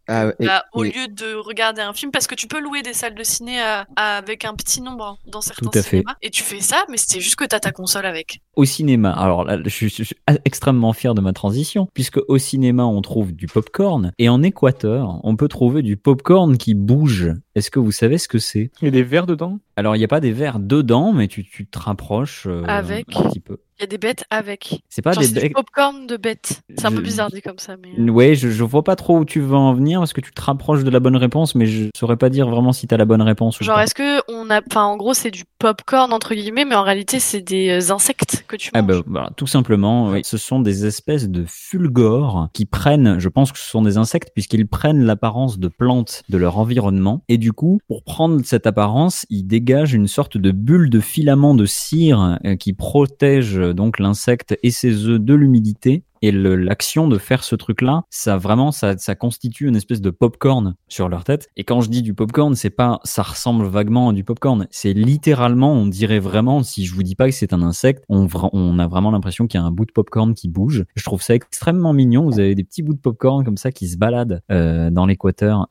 Au lieu de regarder un film, parce que tu peux louer des salles de ciné avec un petit nombre dans certains Tout à fait. cinémas, et tu fais ça, mais c'est juste que t'as ta console avec. Au cinéma, alors là, je suis extrêmement fier de ma transition, puisque au cinéma, on trouve du popcorn, et en Équateur, on peut trouver du popcorn qui bouge. Est-ce que vous savez ce que c'est? Il y a des verres dedans? Alors, il n'y a pas des verres dedans, mais tu te rapproches avec un petit peu. Il y a des bêtes avec. C'est pas des du popcorn de bêtes. C'est un peu bizarre dit comme ça, mais. Ouais, je vois pas trop où tu veux en venir parce que tu te rapproches de la bonne réponse, mais je saurais pas dire vraiment si t'as la bonne réponse. Genre, est-ce que en gros, c'est du popcorn entre guillemets, mais en réalité, c'est des insectes que tu manges. Voilà, tout simplement, oui. Ce sont des espèces de fulgores qui prennent, je pense que ce sont des insectes puisqu'ils prennent l'apparence de plantes de leur environnement et du coup, pour prendre cette apparence, ils dégagent une sorte de bulle de filament de cire qui protège donc l'insecte et ses œufs de l'humidité. Et l'action de faire ce truc-là, ça constitue une espèce de popcorn sur leur tête. Et quand je dis du popcorn, c'est pas, ça ressemble vaguement à du popcorn. C'est littéralement, on dirait vraiment, si je vous dis pas que c'est un insecte, on a vraiment l'impression qu'il y a un bout de popcorn qui bouge. Je trouve ça extrêmement mignon. Vous avez des petits bouts de popcorn comme ça qui se baladent dans l'Équateur,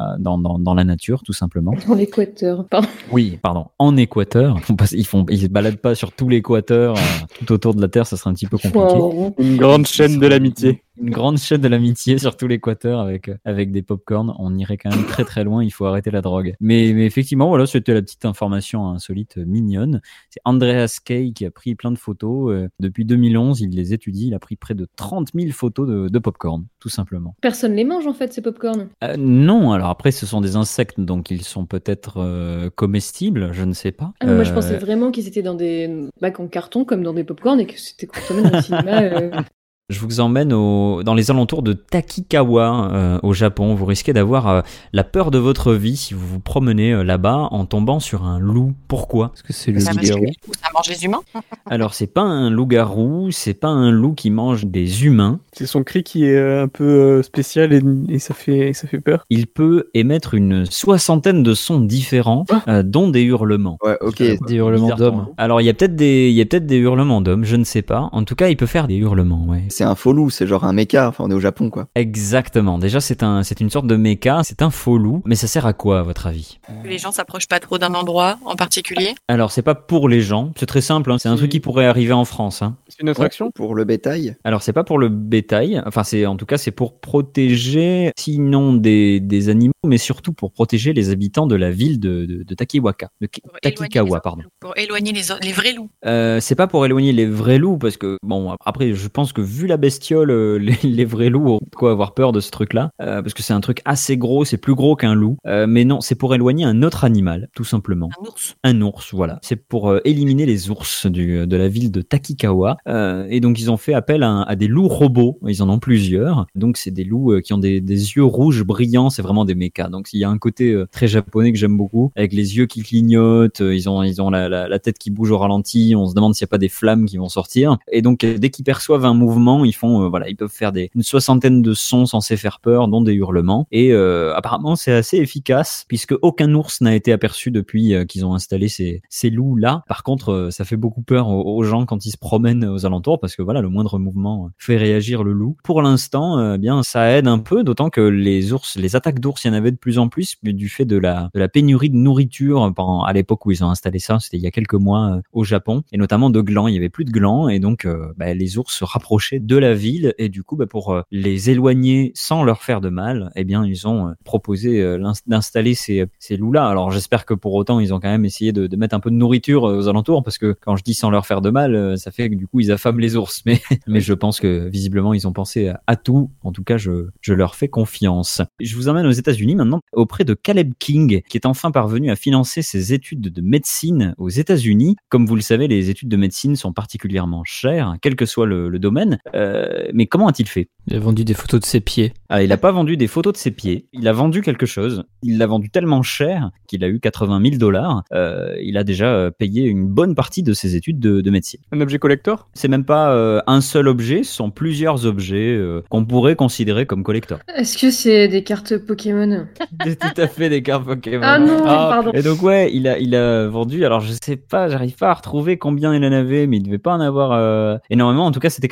dans la nature, tout simplement. Dans l'Équateur, pardon. Oui, pardon. En Équateur, ils se baladent pas sur tout l'Équateur, tout autour de la Terre, ça serait un petit peu compliqué. Une grande chaîne de l'amitié. Une grande chaîne de l'amitié sur tout l'Équateur avec des popcorn. On irait quand même très très loin. Il faut arrêter la drogue. Mais effectivement, voilà, c'était la petite information insolite mignonne. C'est Andreas Kay qui a pris plein de photos. Depuis 2011, il les étudie. Il a pris près de 30 000 photos de popcorn, tout simplement. Personne les mange en fait, ces popcorn. Non, alors après, ce sont des insectes, donc ils sont peut-être comestibles, je ne sais pas. Moi, je pensais vraiment qu'ils étaient dans des bacs en carton, comme dans des popcorn, et que c'était consommé dans le cinéma. Je vous emmène dans les alentours de Takikawa au Japon. Vous risquez d'avoir la peur de votre vie si vous vous promenez là-bas en tombant sur un loup. Pourquoi? Parce que c'est le loup-garou. Ça mange les humains? Alors c'est pas un loup-garou, c'est pas un loup qui mange des humains. C'est son cri qui est un peu spécial et ça fait peur. Il peut émettre une soixantaine de sons différents, dont des hurlements. Ouais, ok. Des hurlements d'hommes. Alors il y a peut-être des hurlements d'hommes, je ne sais pas. En tout cas, il peut faire des hurlements, ouais. C'est un faux loup, c'est genre un mecha, enfin on est au Japon quoi. Exactement, déjà c'est une sorte de mecha, c'est un faux loup, mais ça sert à quoi à votre avis? Les gens s'approchent pas trop d'un endroit en particulier? Alors c'est pas pour les gens, c'est très simple, c'est un truc qui pourrait arriver en France. C'est une attraction? Pour le bétail? Alors c'est pas pour le bétail, enfin c'est pour protéger, sinon des animaux, mais surtout pour protéger les habitants de la ville de Takiwaka, de Takikawa, pardon. Pour éloigner les vrais loups? C'est pas pour éloigner les vrais loups, parce que bon, après je pense que vu la bestiole, les vrais loups ont de quoi avoir peur de ce truc-là, parce que c'est un truc assez gros, c'est plus gros qu'un loup, mais non, c'est pour éloigner un autre animal, tout simplement. Un ours? Un ours, voilà. C'est pour éliminer les ours de la ville de Takikawa, et donc ils ont fait appel à des loups robots, ils en ont plusieurs, donc c'est des loups qui ont des yeux rouges brillants, c'est vraiment des mechas, donc il y a un côté très japonais que j'aime beaucoup, avec les yeux qui clignotent, ils ont la tête qui bouge au ralenti, on se demande s'il n'y a pas des flammes qui vont sortir, et donc dès qu'ils perçoivent un mouvement, ils peuvent faire une soixantaine de sons censés faire peur, dont des hurlements, et apparemment c'est assez efficace, puisque aucun ours n'a été aperçu depuis qu'ils ont installé ces loups-là. Par contre, ça fait beaucoup peur aux gens quand ils se promènent aux alentours, parce que voilà, le moindre mouvement fait réagir le loup. Pour l'instant, bien ça aide un peu, d'autant que les attaques d'ours, il y en avait de plus en plus, du fait de la pénurie de nourriture à l'époque où ils ont installé ça, c'était il y a quelques mois au Japon, et notamment de glands, il y avait plus de glands, et donc les ours se rapprochaient de la ville, et du coup pour les éloigner sans leur faire de mal, eh bien ils ont proposé d'installer ces loups-là. Alors j'espère que pour autant ils ont quand même essayé de mettre un peu de nourriture aux alentours, parce que quand je dis sans leur faire de mal, ça fait que du coup ils affament les ours, mais je pense que visiblement ils ont pensé à tout. En tout cas, je leur fais confiance. Je vous emmène aux États-Unis maintenant, auprès de Caleb King, qui est enfin parvenu à financer ses études de médecine aux États-Unis. Comme vous le savez, les études de médecine sont particulièrement chères, quel que soit le domaine. Mais comment a-t-il fait? Il a vendu des photos de ses pieds. Il n'a pas vendu des photos de ses pieds. Il a vendu quelque chose. Il l'a vendu tellement cher qu'il a eu $80 000. Il a déjà payé une bonne partie de ses études de médecine. Un objet collector? C'est même pas un seul objet, ce sont plusieurs objets qu'on pourrait considérer comme collector. Est-ce que c'est des cartes Pokémon? C'est tout à fait des cartes Pokémon. Ah non, pardon. Et donc ouais, il a vendu, alors je sais pas, j'arrive pas à retrouver combien il en avait, mais il devait pas en avoir énormément. En tout cas, c'était quand même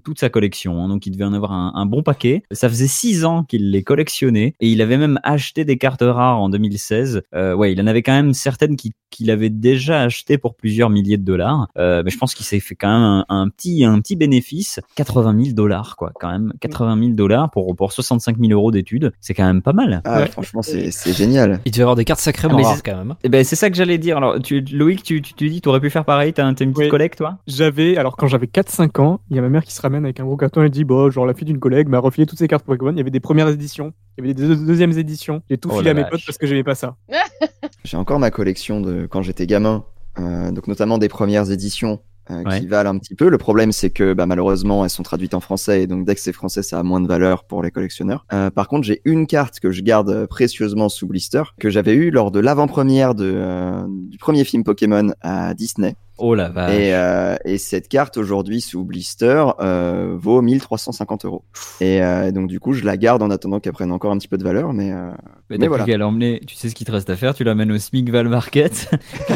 toute sa collection, hein, donc il devait en avoir un bon paquet. Ça faisait 6 ans qu'il les collectionnait et il avait même acheté des cartes rares en 2016. Ouais, il en avait quand même certaines qu'il avait déjà achetées pour plusieurs milliers de dollars. Mais je pense qu'il s'est fait quand même un petit bénéfice. $80,000 quoi, quand même. $80,000 pour 65 000 € d'études, c'est quand même pas mal. Ah, ouais. Franchement, c'est génial. Il devait avoir des cartes sacrément rares quand même. Et ben c'est ça que j'allais dire. Alors Loïc, tu dis, t'aurais pu faire pareil. T'as une petite collecte, toi? Quand j'avais 4-5 ans, il y a ma mère qui se ramène avec un gros carton et dit genre la fille d'une collègue m'a refilé toutes ses cartes Pokémon. Il y avait des premières éditions, il y avait des deuxièmes éditions. J'ai tout filé à mes potes parce que j'aimais pas ça. J'ai encore ma collection de quand j'étais gamin, donc notamment des premières éditions. Qui valent un petit peu. Le problème, c'est que malheureusement, elles sont traduites en français et donc dès que c'est français, ça a moins de valeur pour les collectionneurs. Par contre, j'ai une carte que je garde précieusement sous blister, que j'avais eue lors de l'avant-première du premier film Pokémon à Disney. Oh la vache. Et cette carte aujourd'hui sous blister vaut 1350 €. Et donc du coup, je la garde en attendant qu'elle prenne encore un petit peu de valeur, mais voilà. Qu'à l'emmener, tu sais ce qu'il te reste à faire, tu l'amènes au Smigval Market,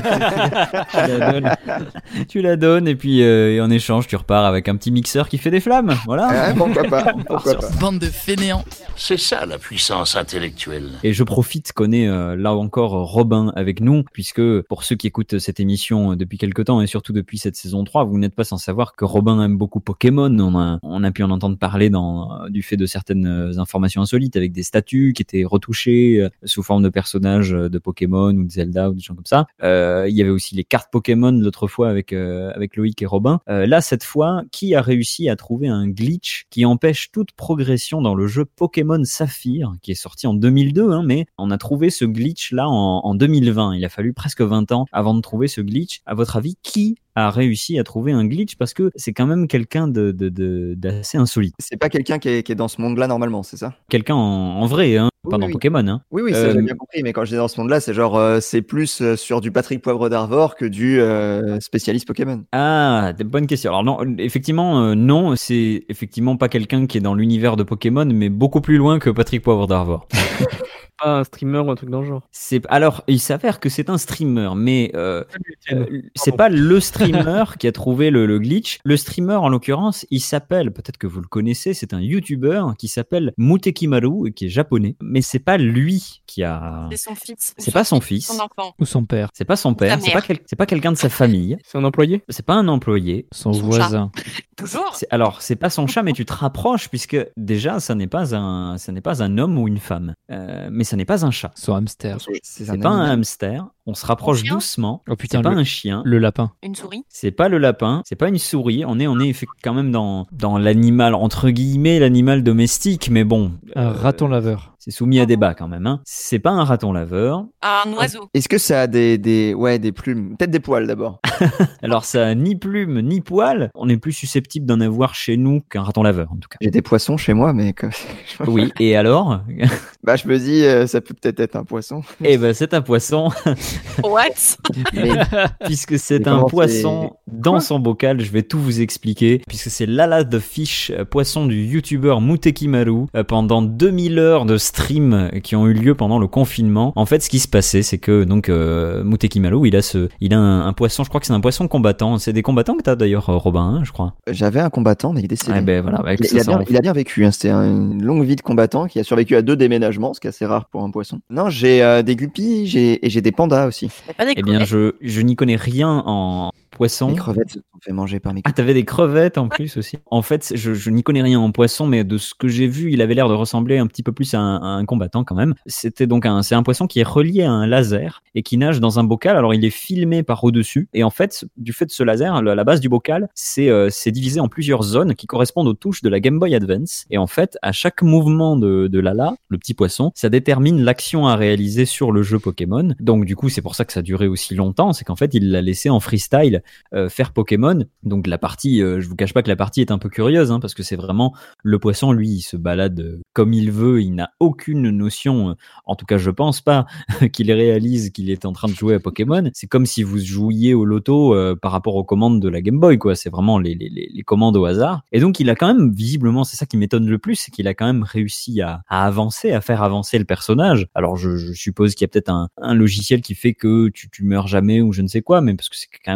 tu la donnes et puis et en échange tu repars avec un petit mixeur qui fait des flammes, voilà. Pourquoi pas. Bande de fainéants. C'est ça la puissance intellectuelle. Et je profite qu'on ait là encore Robin avec nous, puisque pour ceux qui écoutent cette émission depuis quelque temps et surtout depuis cette saison 3, vous n'êtes pas sans savoir que Robin aime beaucoup Pokémon. On a pu en entendre parler du fait de certaines informations insolites avec des statues qui étaient retouchées sous forme de personnages de Pokémon ou de Zelda ou des gens comme ça. Il y avait aussi les cartes Pokémon l'autre fois avec Loïc et Robin. Là, cette fois, qui a réussi à trouver un glitch qui empêche toute progression dans le jeu Pokémon Saphir, qui est sorti en 2002, hein, mais on a trouvé ce glitch là en 2020. Il a fallu presque 20 ans avant de trouver ce glitch. À votre avis, qui a réussi à trouver un glitch? Parce que c'est quand même quelqu'un d'assez insolite. C'est pas quelqu'un qui est dans ce monde-là normalement, c'est ça? Quelqu'un en vrai, hein, pas dans Pokémon. Hein. Oui, ça j'ai bien compris, mais quand je dis dans ce monde-là, c'est genre c'est plus sur du Patrick Poivre d'Arvor que du spécialiste Pokémon. Ah, bonne question. Alors non, effectivement, non, c'est effectivement pas quelqu'un qui est dans l'univers de Pokémon, mais beaucoup plus loin que Patrick Poivre d'Arvor. Pas un streamer ou un truc dans le genre. Alors, il s'avère que c'est un streamer, mais c'est pas le streamer qui a trouvé le glitch. Le streamer, en l'occurrence, il s'appelle, peut-être que vous le connaissez, c'est un YouTuber qui s'appelle Mutekimaru et qui est japonais. Mais c'est pas lui qui a. C'est son fils. C'est pas son fils. Son enfant. Ou son père. C'est pas son père. C'est pas quelqu'un de sa famille. C'est un employé. C'est pas un employé. Son voisin. Toujours. Alors, c'est pas son chat, mais tu te rapproches puisque déjà, ça n'est pas un homme ou une femme. Mais ça n'est pas un chat. Son hamster. C'est pas un hamster. On se rapproche doucement. Oh putain, c'est pas un chien. Le lapin. Une souris. C'est pas le lapin. C'est pas une souris. On est quand même dans l'animal, entre guillemets, l'animal domestique. Mais bon. Un raton laveur. C'est soumis à débat quand même. Hein. C'est pas un raton laveur. Un oiseau. Est-ce que ça a des plumes? Peut-être des poils d'abord. Alors ça a ni plumes ni poils. On est plus susceptible d'en avoir chez nous qu'un raton laveur en tout cas. J'ai des poissons chez moi, mais oui. Et alors? Je me dis ça peut peut-être être un poisson. Eh ben c'est un poisson. What? Mais puisque c'est un poisson dans son bocal, je vais tout vous expliquer. Puisque c'est Lala the Fish, poisson du YouTuber Mutekimaru, pendant 2000 heures de stream qui ont eu lieu pendant le confinement. En fait, ce qui se passait, c'est que donc Mutekimaru, il a un poisson. Je crois que c'est un poisson combattant. C'est des combattants que t'as d'ailleurs, Robin, hein, je crois. J'avais un combattant, mais il est décédé. Ah ben voilà. Il a bien vécu. Hein. C'était une longue vie de combattant qui a survécu à 2 déménagements, ce qui est assez rare pour un poisson. Non, j'ai des guppies, j'ai des pandas aussi. Eh bien, je n'y connais rien en poisson. Les crevettes se sont fait manger par mes Ah, t'avais des crevettes en plus aussi. En fait, je n'y connais rien en poisson, mais de ce que j'ai vu, il avait l'air de ressembler un petit peu plus à un combattant quand même. C'était donc c'est un poisson qui est relié à un laser et qui nage dans un bocal. Alors, il est filmé par au-dessus. Et en fait, du fait de ce laser, la base du bocal, c'est divisé en plusieurs zones qui correspondent aux touches de la Game Boy Advance. Et en fait, à chaque mouvement de Lala, le petit poisson, ça détermine l'action à réaliser sur le jeu Pokémon. Donc, du coup, c'est pour ça que ça a duré aussi longtemps. C'est qu'en fait, il l'a laissé en freestyle faire Pokémon. Donc la partie, je vous cache pas que la partie est un peu curieuse, hein, parce que c'est vraiment le poisson, lui, il se balade comme il veut, il n'a aucune notion, en tout cas je pense pas qu'il réalise qu'il est en train de jouer à Pokémon. C'est comme si vous jouiez au loto par rapport aux commandes de la Game Boy, quoi. C'est vraiment les commandes au hasard. Et donc il a quand même, visiblement, c'est ça qui m'étonne le plus, c'est qu'il a quand même réussi à avancer, à faire avancer le personnage. Alors je suppose qu'il y a peut-être un logiciel qui fait que tu meurs jamais ou je ne sais quoi, mais parce que c'est quand même compliqué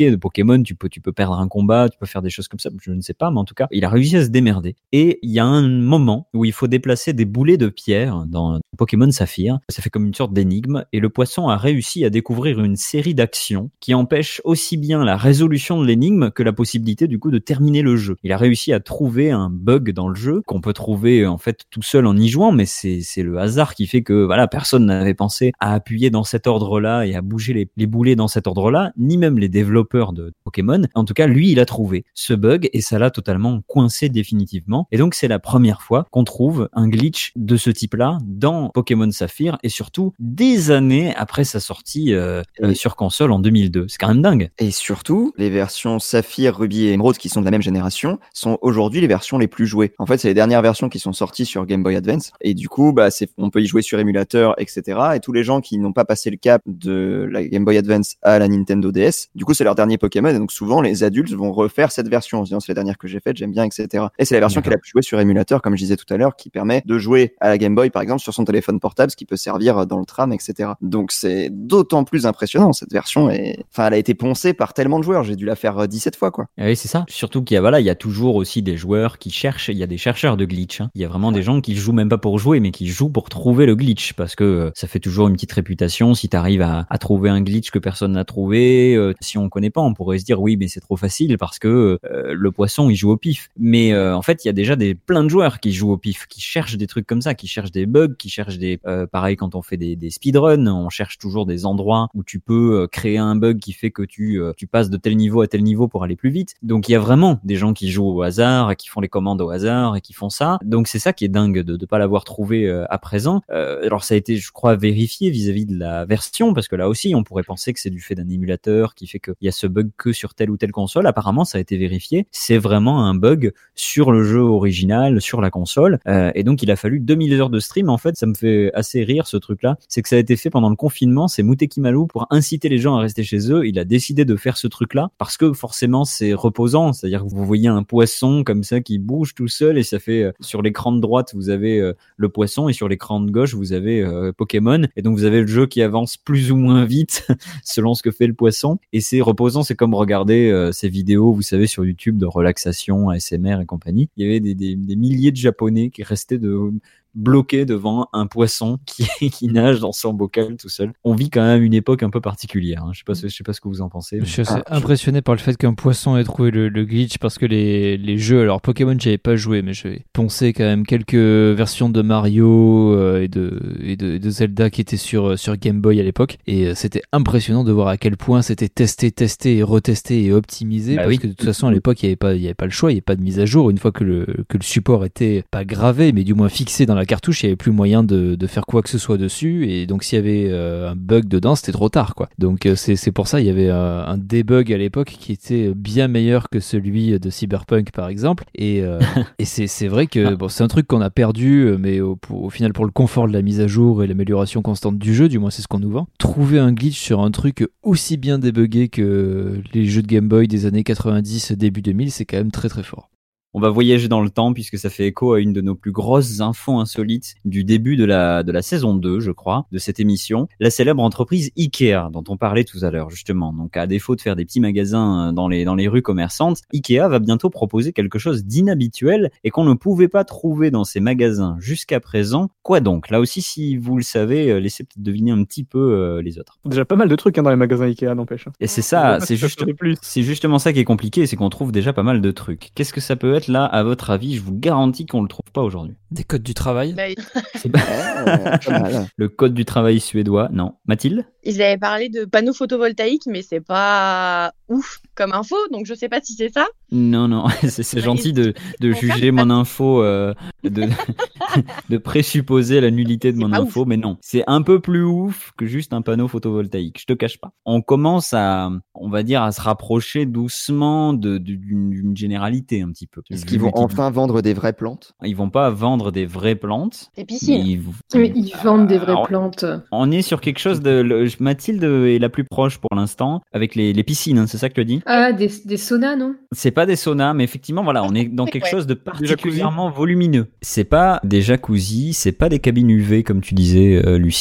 de Pokémon, tu peux perdre un combat, tu peux faire des choses comme ça, je ne sais pas, mais en tout cas, il a réussi à se démerder. Et il y a un moment où il faut déplacer des boulets de pierre dans Pokémon Saphir. Ça fait comme une sorte d'énigme, et le poisson a réussi à découvrir une série d'actions qui empêchent aussi bien la résolution de l'énigme que la possibilité du coup de terminer le jeu. Il a réussi à trouver un bug dans le jeu qu'on peut trouver en fait tout seul en y jouant, mais c'est le hasard qui fait que voilà, personne n'avait pensé à appuyer dans cet ordre-là et à bouger les boulets dans cet ordre-là, ni même les développeurs de Pokémon. En tout cas, lui, il a trouvé ce bug et ça l'a totalement coincé définitivement. Et donc, c'est la première fois qu'on trouve un glitch de ce type-là dans Pokémon Saphir et surtout des années après sa sortie sur console en 2002. C'est quand même dingue. Et surtout, les versions Saphir, Ruby et Emerald qui sont de la même génération sont aujourd'hui les versions les plus jouées. En fait, c'est les dernières versions qui sont sorties sur Game Boy Advance et du coup, on peut y jouer sur émulateur, etc. Et tous les gens qui n'ont pas passé le cap de la Game Boy Advance à la Nintendo DS, du coup, c'est leur dernier Pokémon et donc souvent les adultes vont refaire cette version en se disant c'est la dernière que j'ai faite, j'aime bien, etc. Et c'est la version qui est la plus jouée sur émulateur, comme je disais tout à l'heure, qui permet de jouer à la Game Boy par exemple sur son téléphone portable, ce qui peut servir dans le tram, etc. Donc c'est d'autant plus impressionnant cette version et elle a été poncée par tellement de joueurs, j'ai dû la faire 17 fois quoi. Oui, c'est ça. Surtout qu'il y a toujours aussi des joueurs qui cherchent, il y a des chercheurs de glitch. Il y a vraiment des gens qui jouent même pas pour jouer, mais qui jouent pour trouver le glitch, parce que ça fait toujours une petite réputation si t'arrives à trouver un glitch que personne n'a trouvé. Si on connaît pas, on pourrait se dire oui, mais c'est trop facile parce que le poisson il joue au pif. Mais en fait, il y a déjà plein de joueurs qui jouent au pif, qui cherchent des trucs comme ça, qui cherchent des bugs, qui cherchent pareil quand on fait des speedruns, on cherche toujours des endroits où tu peux créer un bug qui fait que tu passes de tel niveau à tel niveau pour aller plus vite. Donc il y a vraiment des gens qui jouent au hasard, qui font les commandes au hasard et qui font ça. Donc c'est ça qui est dingue de pas l'avoir trouvé à présent. Alors ça a été, je crois, vérifié vis-à-vis de la version, parce que là aussi on pourrait penser que c'est du fait d'un émulateur qui fait qu'il y a ce bug que sur telle ou telle console. Apparemment ça a été vérifié, c'est vraiment un bug sur le jeu original, sur la console, et donc il a fallu 2000 heures de stream. En fait ça me fait assez rire ce truc là, c'est que ça a été fait pendant le confinement. C'est Muteki Malu, pour inciter les gens à rester chez eux, il a décidé de faire ce truc là parce que forcément c'est reposant, c'est-à-dire que vous voyez un poisson comme ça qui bouge tout seul et ça fait sur l'écran de droite vous avez le poisson et sur l'écran de gauche vous avez Pokémon, et donc vous avez le jeu qui avance plus ou moins vite selon ce que fait le poisson, et c'est reposant. C'est comme regarder ces vidéos, vous savez, sur YouTube de relaxation, ASMR et compagnie. Il y avait des milliers de Japonais qui restaient bloqué devant un poisson qui nage dans son bocal tout seul. On vit quand même une époque un peu particulière. Je sais pas ce que vous en pensez. Je suis assez impressionné par le fait qu'un poisson ait trouvé le glitch, parce que les jeux, alors Pokémon j'avais pas joué, mais j'avais poncé quand même quelques versions de Mario et de Zelda qui étaient sur Game Boy à l'époque, et c'était impressionnant de voir à quel point c'était testé et retesté et optimisé, parce que de toute façon à l'époque il y avait pas le choix, il y avait pas de mise à jour. Une fois que le support était pas gravé mais du moins fixé dans la cartouche, il n'y avait plus moyen de faire quoi que ce soit dessus, et donc s'il y avait un bug dedans, c'était trop tard quoi. Donc c'est pour ça il y avait un debug à l'époque qui était bien meilleur que celui de Cyberpunk par exemple, et c'est vrai que c'est un truc qu'on a perdu, mais au final, pour le confort de la mise à jour et l'amélioration constante du jeu, du moins c'est ce qu'on nous vend, trouver un glitch sur un truc aussi bien débugué que les jeux de Game Boy des années 90 début 2000, c'est quand même très très fort. On va voyager dans le temps puisque ça fait écho à une de nos plus grosses infos insolites du début de la saison 2, je crois, de cette émission. La célèbre entreprise Ikea, dont on parlait tout à l'heure, justement. Donc, à défaut de faire des petits magasins dans les rues commerçantes, Ikea va bientôt proposer quelque chose d'inhabituel et qu'on ne pouvait pas trouver dans ces magasins jusqu'à présent. Quoi donc? Là aussi, si vous le savez, laissez peut-être deviner un petit peu les autres. Déjà pas mal de trucs dans les magasins Ikea, n'empêche. Et c'est ça, c'est justement ça qui est compliqué, c'est qu'on trouve déjà pas mal de trucs. Qu'est-ce que ça peut être là, à votre avis? Je vous garantis qu'on le trouve pas aujourd'hui. Des codes du travail. Le code du travail suédois, non. Mathilde? Ils avaient parlé de panneaux photovoltaïques, mais c'est pas ouf comme info, donc je sais pas si c'est ça. Non, c'est gentil de juger mon info, de présupposer la nullité de mon info, mais non. C'est un peu plus ouf que juste un panneau photovoltaïque, je te cache pas. On commence on va dire, à se rapprocher doucement d'une généralité un petit peu. Est-ce qu'ils vont enfin vendre des vraies plantes? Ils vont pas vendre des vraies plantes. Des piscines. Ils vendent des vraies plantes. On est sur quelque chose de... Mathilde est la plus proche pour l'instant, avec les piscines, hein, c'est ça que tu as dit? Ah, des saunas, non? C'est pas des saunas, mais effectivement, voilà, on est dans quelque chose de particulièrement volumineux. C'est pas des jacuzzis, c'est pas des cabines UV, comme tu disais, Lucie.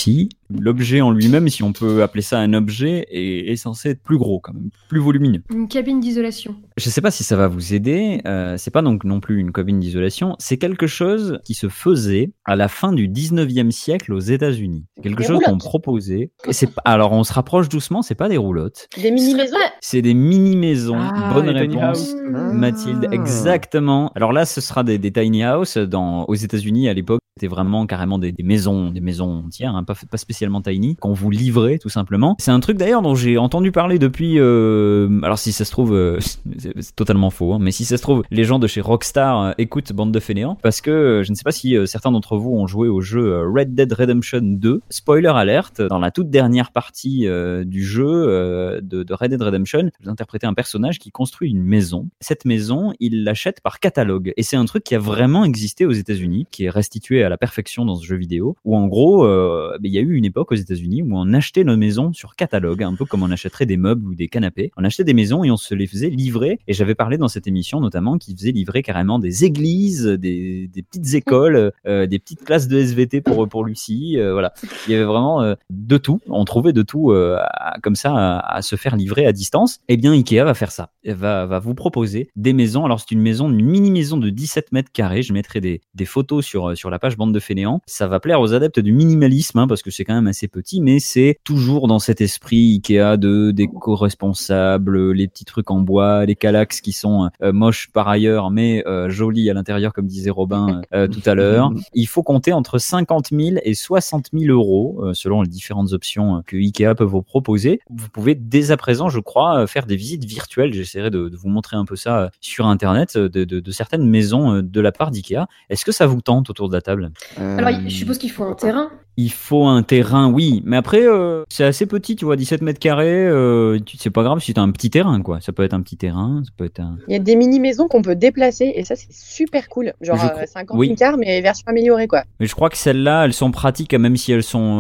l'objet en lui-même, si on peut appeler ça un objet, est censé être plus gros quand même, plus volumineux. Une cabine d'isolation. Je sais pas si ça va vous aider, c'est pas donc non plus une cabine d'isolation, c'est quelque chose qui se faisait à la fin du 19e siècle aux États-Unis. C'est quelque chose qu'on proposait. Alors on se rapproche doucement, c'est pas des roulottes. Des mini-maisons. C'est des mini-maisons. Bonne réponse, house. Mathilde, exactement. Alors là, ce sera des tiny house. Aux États-Unis à l'époque, c'était vraiment carrément des maisons entières, hein, pas spécialement tiny, qu'on vous livrait tout simplement. C'est un truc d'ailleurs dont j'ai entendu parler depuis. Alors si ça se trouve, c'est totalement faux, hein, mais si ça se trouve, les gens de chez Rockstar écoutent Bande de Fainéants, parce que je ne sais pas si certains d'entre vous ont joué au jeu Red Dead Redemption 2. Spoiler alert, dans la toute dernière partie du jeu de Red Dead Redemption, vous interprétez un personnage qui construit une maison. Cette maison, il l'achète par catalogue, et c'est un truc qui a vraiment existé aux États-Unis, qui est restitué à la perfection dans ce jeu vidéo, où en gros, il y a eu une époque aux États-Unis où on achetait nos maisons sur catalogue, un peu comme on achèterait des meubles ou des canapés. On achetait des maisons et on se les faisait livrer, et j'avais parlé dans cette émission notamment qui faisait livrer carrément des églises, des petites écoles, des petites classes de SVT pour Lucie, voilà. Il y avait vraiment de tout, on trouvait de tout comme ça à se faire livrer à distance. Eh bien Ikea va faire ça, elle va vous proposer des maisons. Alors c'est une mini-maison de 17 mètres carrés, je mettrai des photos sur la page Bande de Fainéants. Ça va plaire aux adeptes du minimalisme, hein, parce que c'est quand même assez petit, mais c'est toujours dans cet esprit Ikea de d'éco-responsable, les petits trucs en bois, les Kallax qui sont moches par ailleurs, mais jolis à l'intérieur, comme disait Robin tout à l'heure. Il faut compter entre 50 000 et 60 000 euros, selon les différentes options que Ikea peut vous proposer. Vous pouvez dès à présent, je crois, faire des visites virtuelles. J'essaierai de vous montrer un peu ça sur Internet, de certaines maisons de la part d'Ikea. Est-ce que ça vous tente autour de la table ? Alors, je suppose qu'il faut un terrain. Il faut un terrain, oui. Mais après, c'est assez petit, tu vois, 17 mètres carrés. C'est pas grave si t'as un petit terrain, quoi. Ça peut être un petit terrain, ça peut être un... Il y a des mini-maisons qu'on peut déplacer, et ça, c'est super cool. Genre 50 camping-car, mais version améliorée, quoi. Mais je crois que celles-là, elles sont pratiques, même si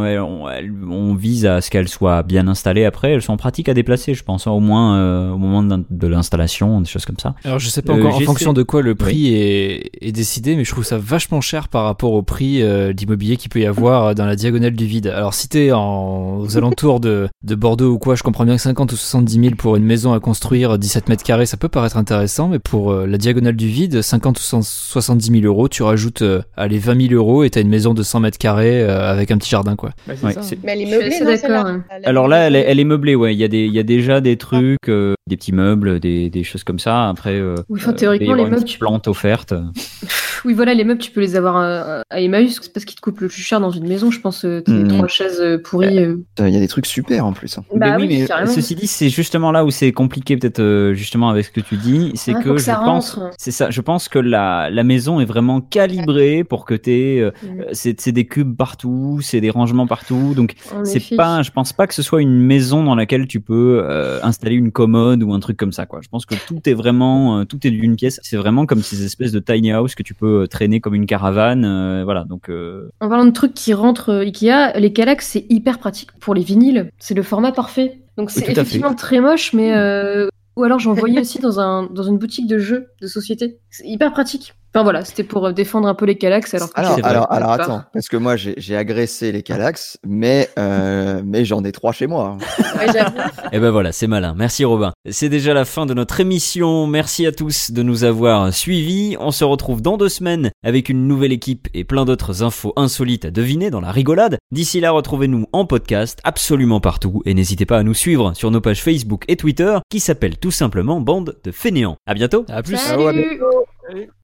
on vise à ce qu'elles soient bien installées après, elles sont pratiques à déplacer, je pense, au moins au moment de l'installation, des choses comme ça. Alors, je sais pas encore en fonction de quoi le prix est décidé, mais je trouve ça vachement cher par rapport au prix d'immobilier qu'il peut y avoir dans la diagonale du vide. Alors si t'es aux alentours de Bordeaux ou quoi, je comprends bien que 50 ou 70 000 pour une maison à construire 17 mètres carrés, ça peut paraître intéressant, mais pour la diagonale du vide, 50 ou 70 000 euros, tu rajoutes allez 20 000 euros et t'as une maison de 100 mètres carrés avec un petit jardin, quoi. Bah, mais elle est meublée, non, d'accord. Alors là, elle est meublée, ouais. Il y a déjà des trucs, des petits meubles, des choses comme ça. Après, oui, enfin, théoriquement, les meubles, plantes offertes. Oui, voilà, les meubles, tu peux les avoir à Emmaüs, c'est parce qu'ils te coûtent le plus cher dans une maison, je pense. Tes 3 chaises pourries. Il y a des trucs super en plus. Bah mais carrément. ceci dit, c'est justement là où c'est compliqué, peut-être justement avec ce que tu dis, c'est que je pense que la maison est vraiment calibrée pour que c'est des cubes partout, c'est des rangements partout, donc je pense pas que ce soit une maison dans laquelle tu peux installer une commode ou un truc comme ça, quoi. Je pense que tout est d'une pièce. C'est vraiment comme ces espèces de tiny house que tu peux traîner comme une caravane, voilà. Donc en parlant de trucs qui rentrent Ikea, les Kallax, c'est hyper pratique pour les vinyles. C'est le format parfait. Donc c'est effectivement très moche, mais ou alors j'en voyais aussi dans une boutique de jeux de société. C'est hyper pratique. Enfin voilà, c'était pour défendre un peu les Kallax. Alors attends, parce que moi j'ai agressé les Kallax, mais j'en ai 3 chez moi. Ouais, j'avoue. Et ben voilà, c'est malin. Merci Robin. C'est déjà la fin de notre émission. Merci à tous de nous avoir suivis. On se retrouve dans 2 semaines avec une nouvelle équipe et plein d'autres infos insolites à deviner dans la rigolade. D'ici là, retrouvez-nous en podcast absolument partout et n'hésitez pas à nous suivre sur nos pages Facebook et Twitter qui s'appellent tout simplement Bande de Fainéants. À bientôt. À plus. Salut.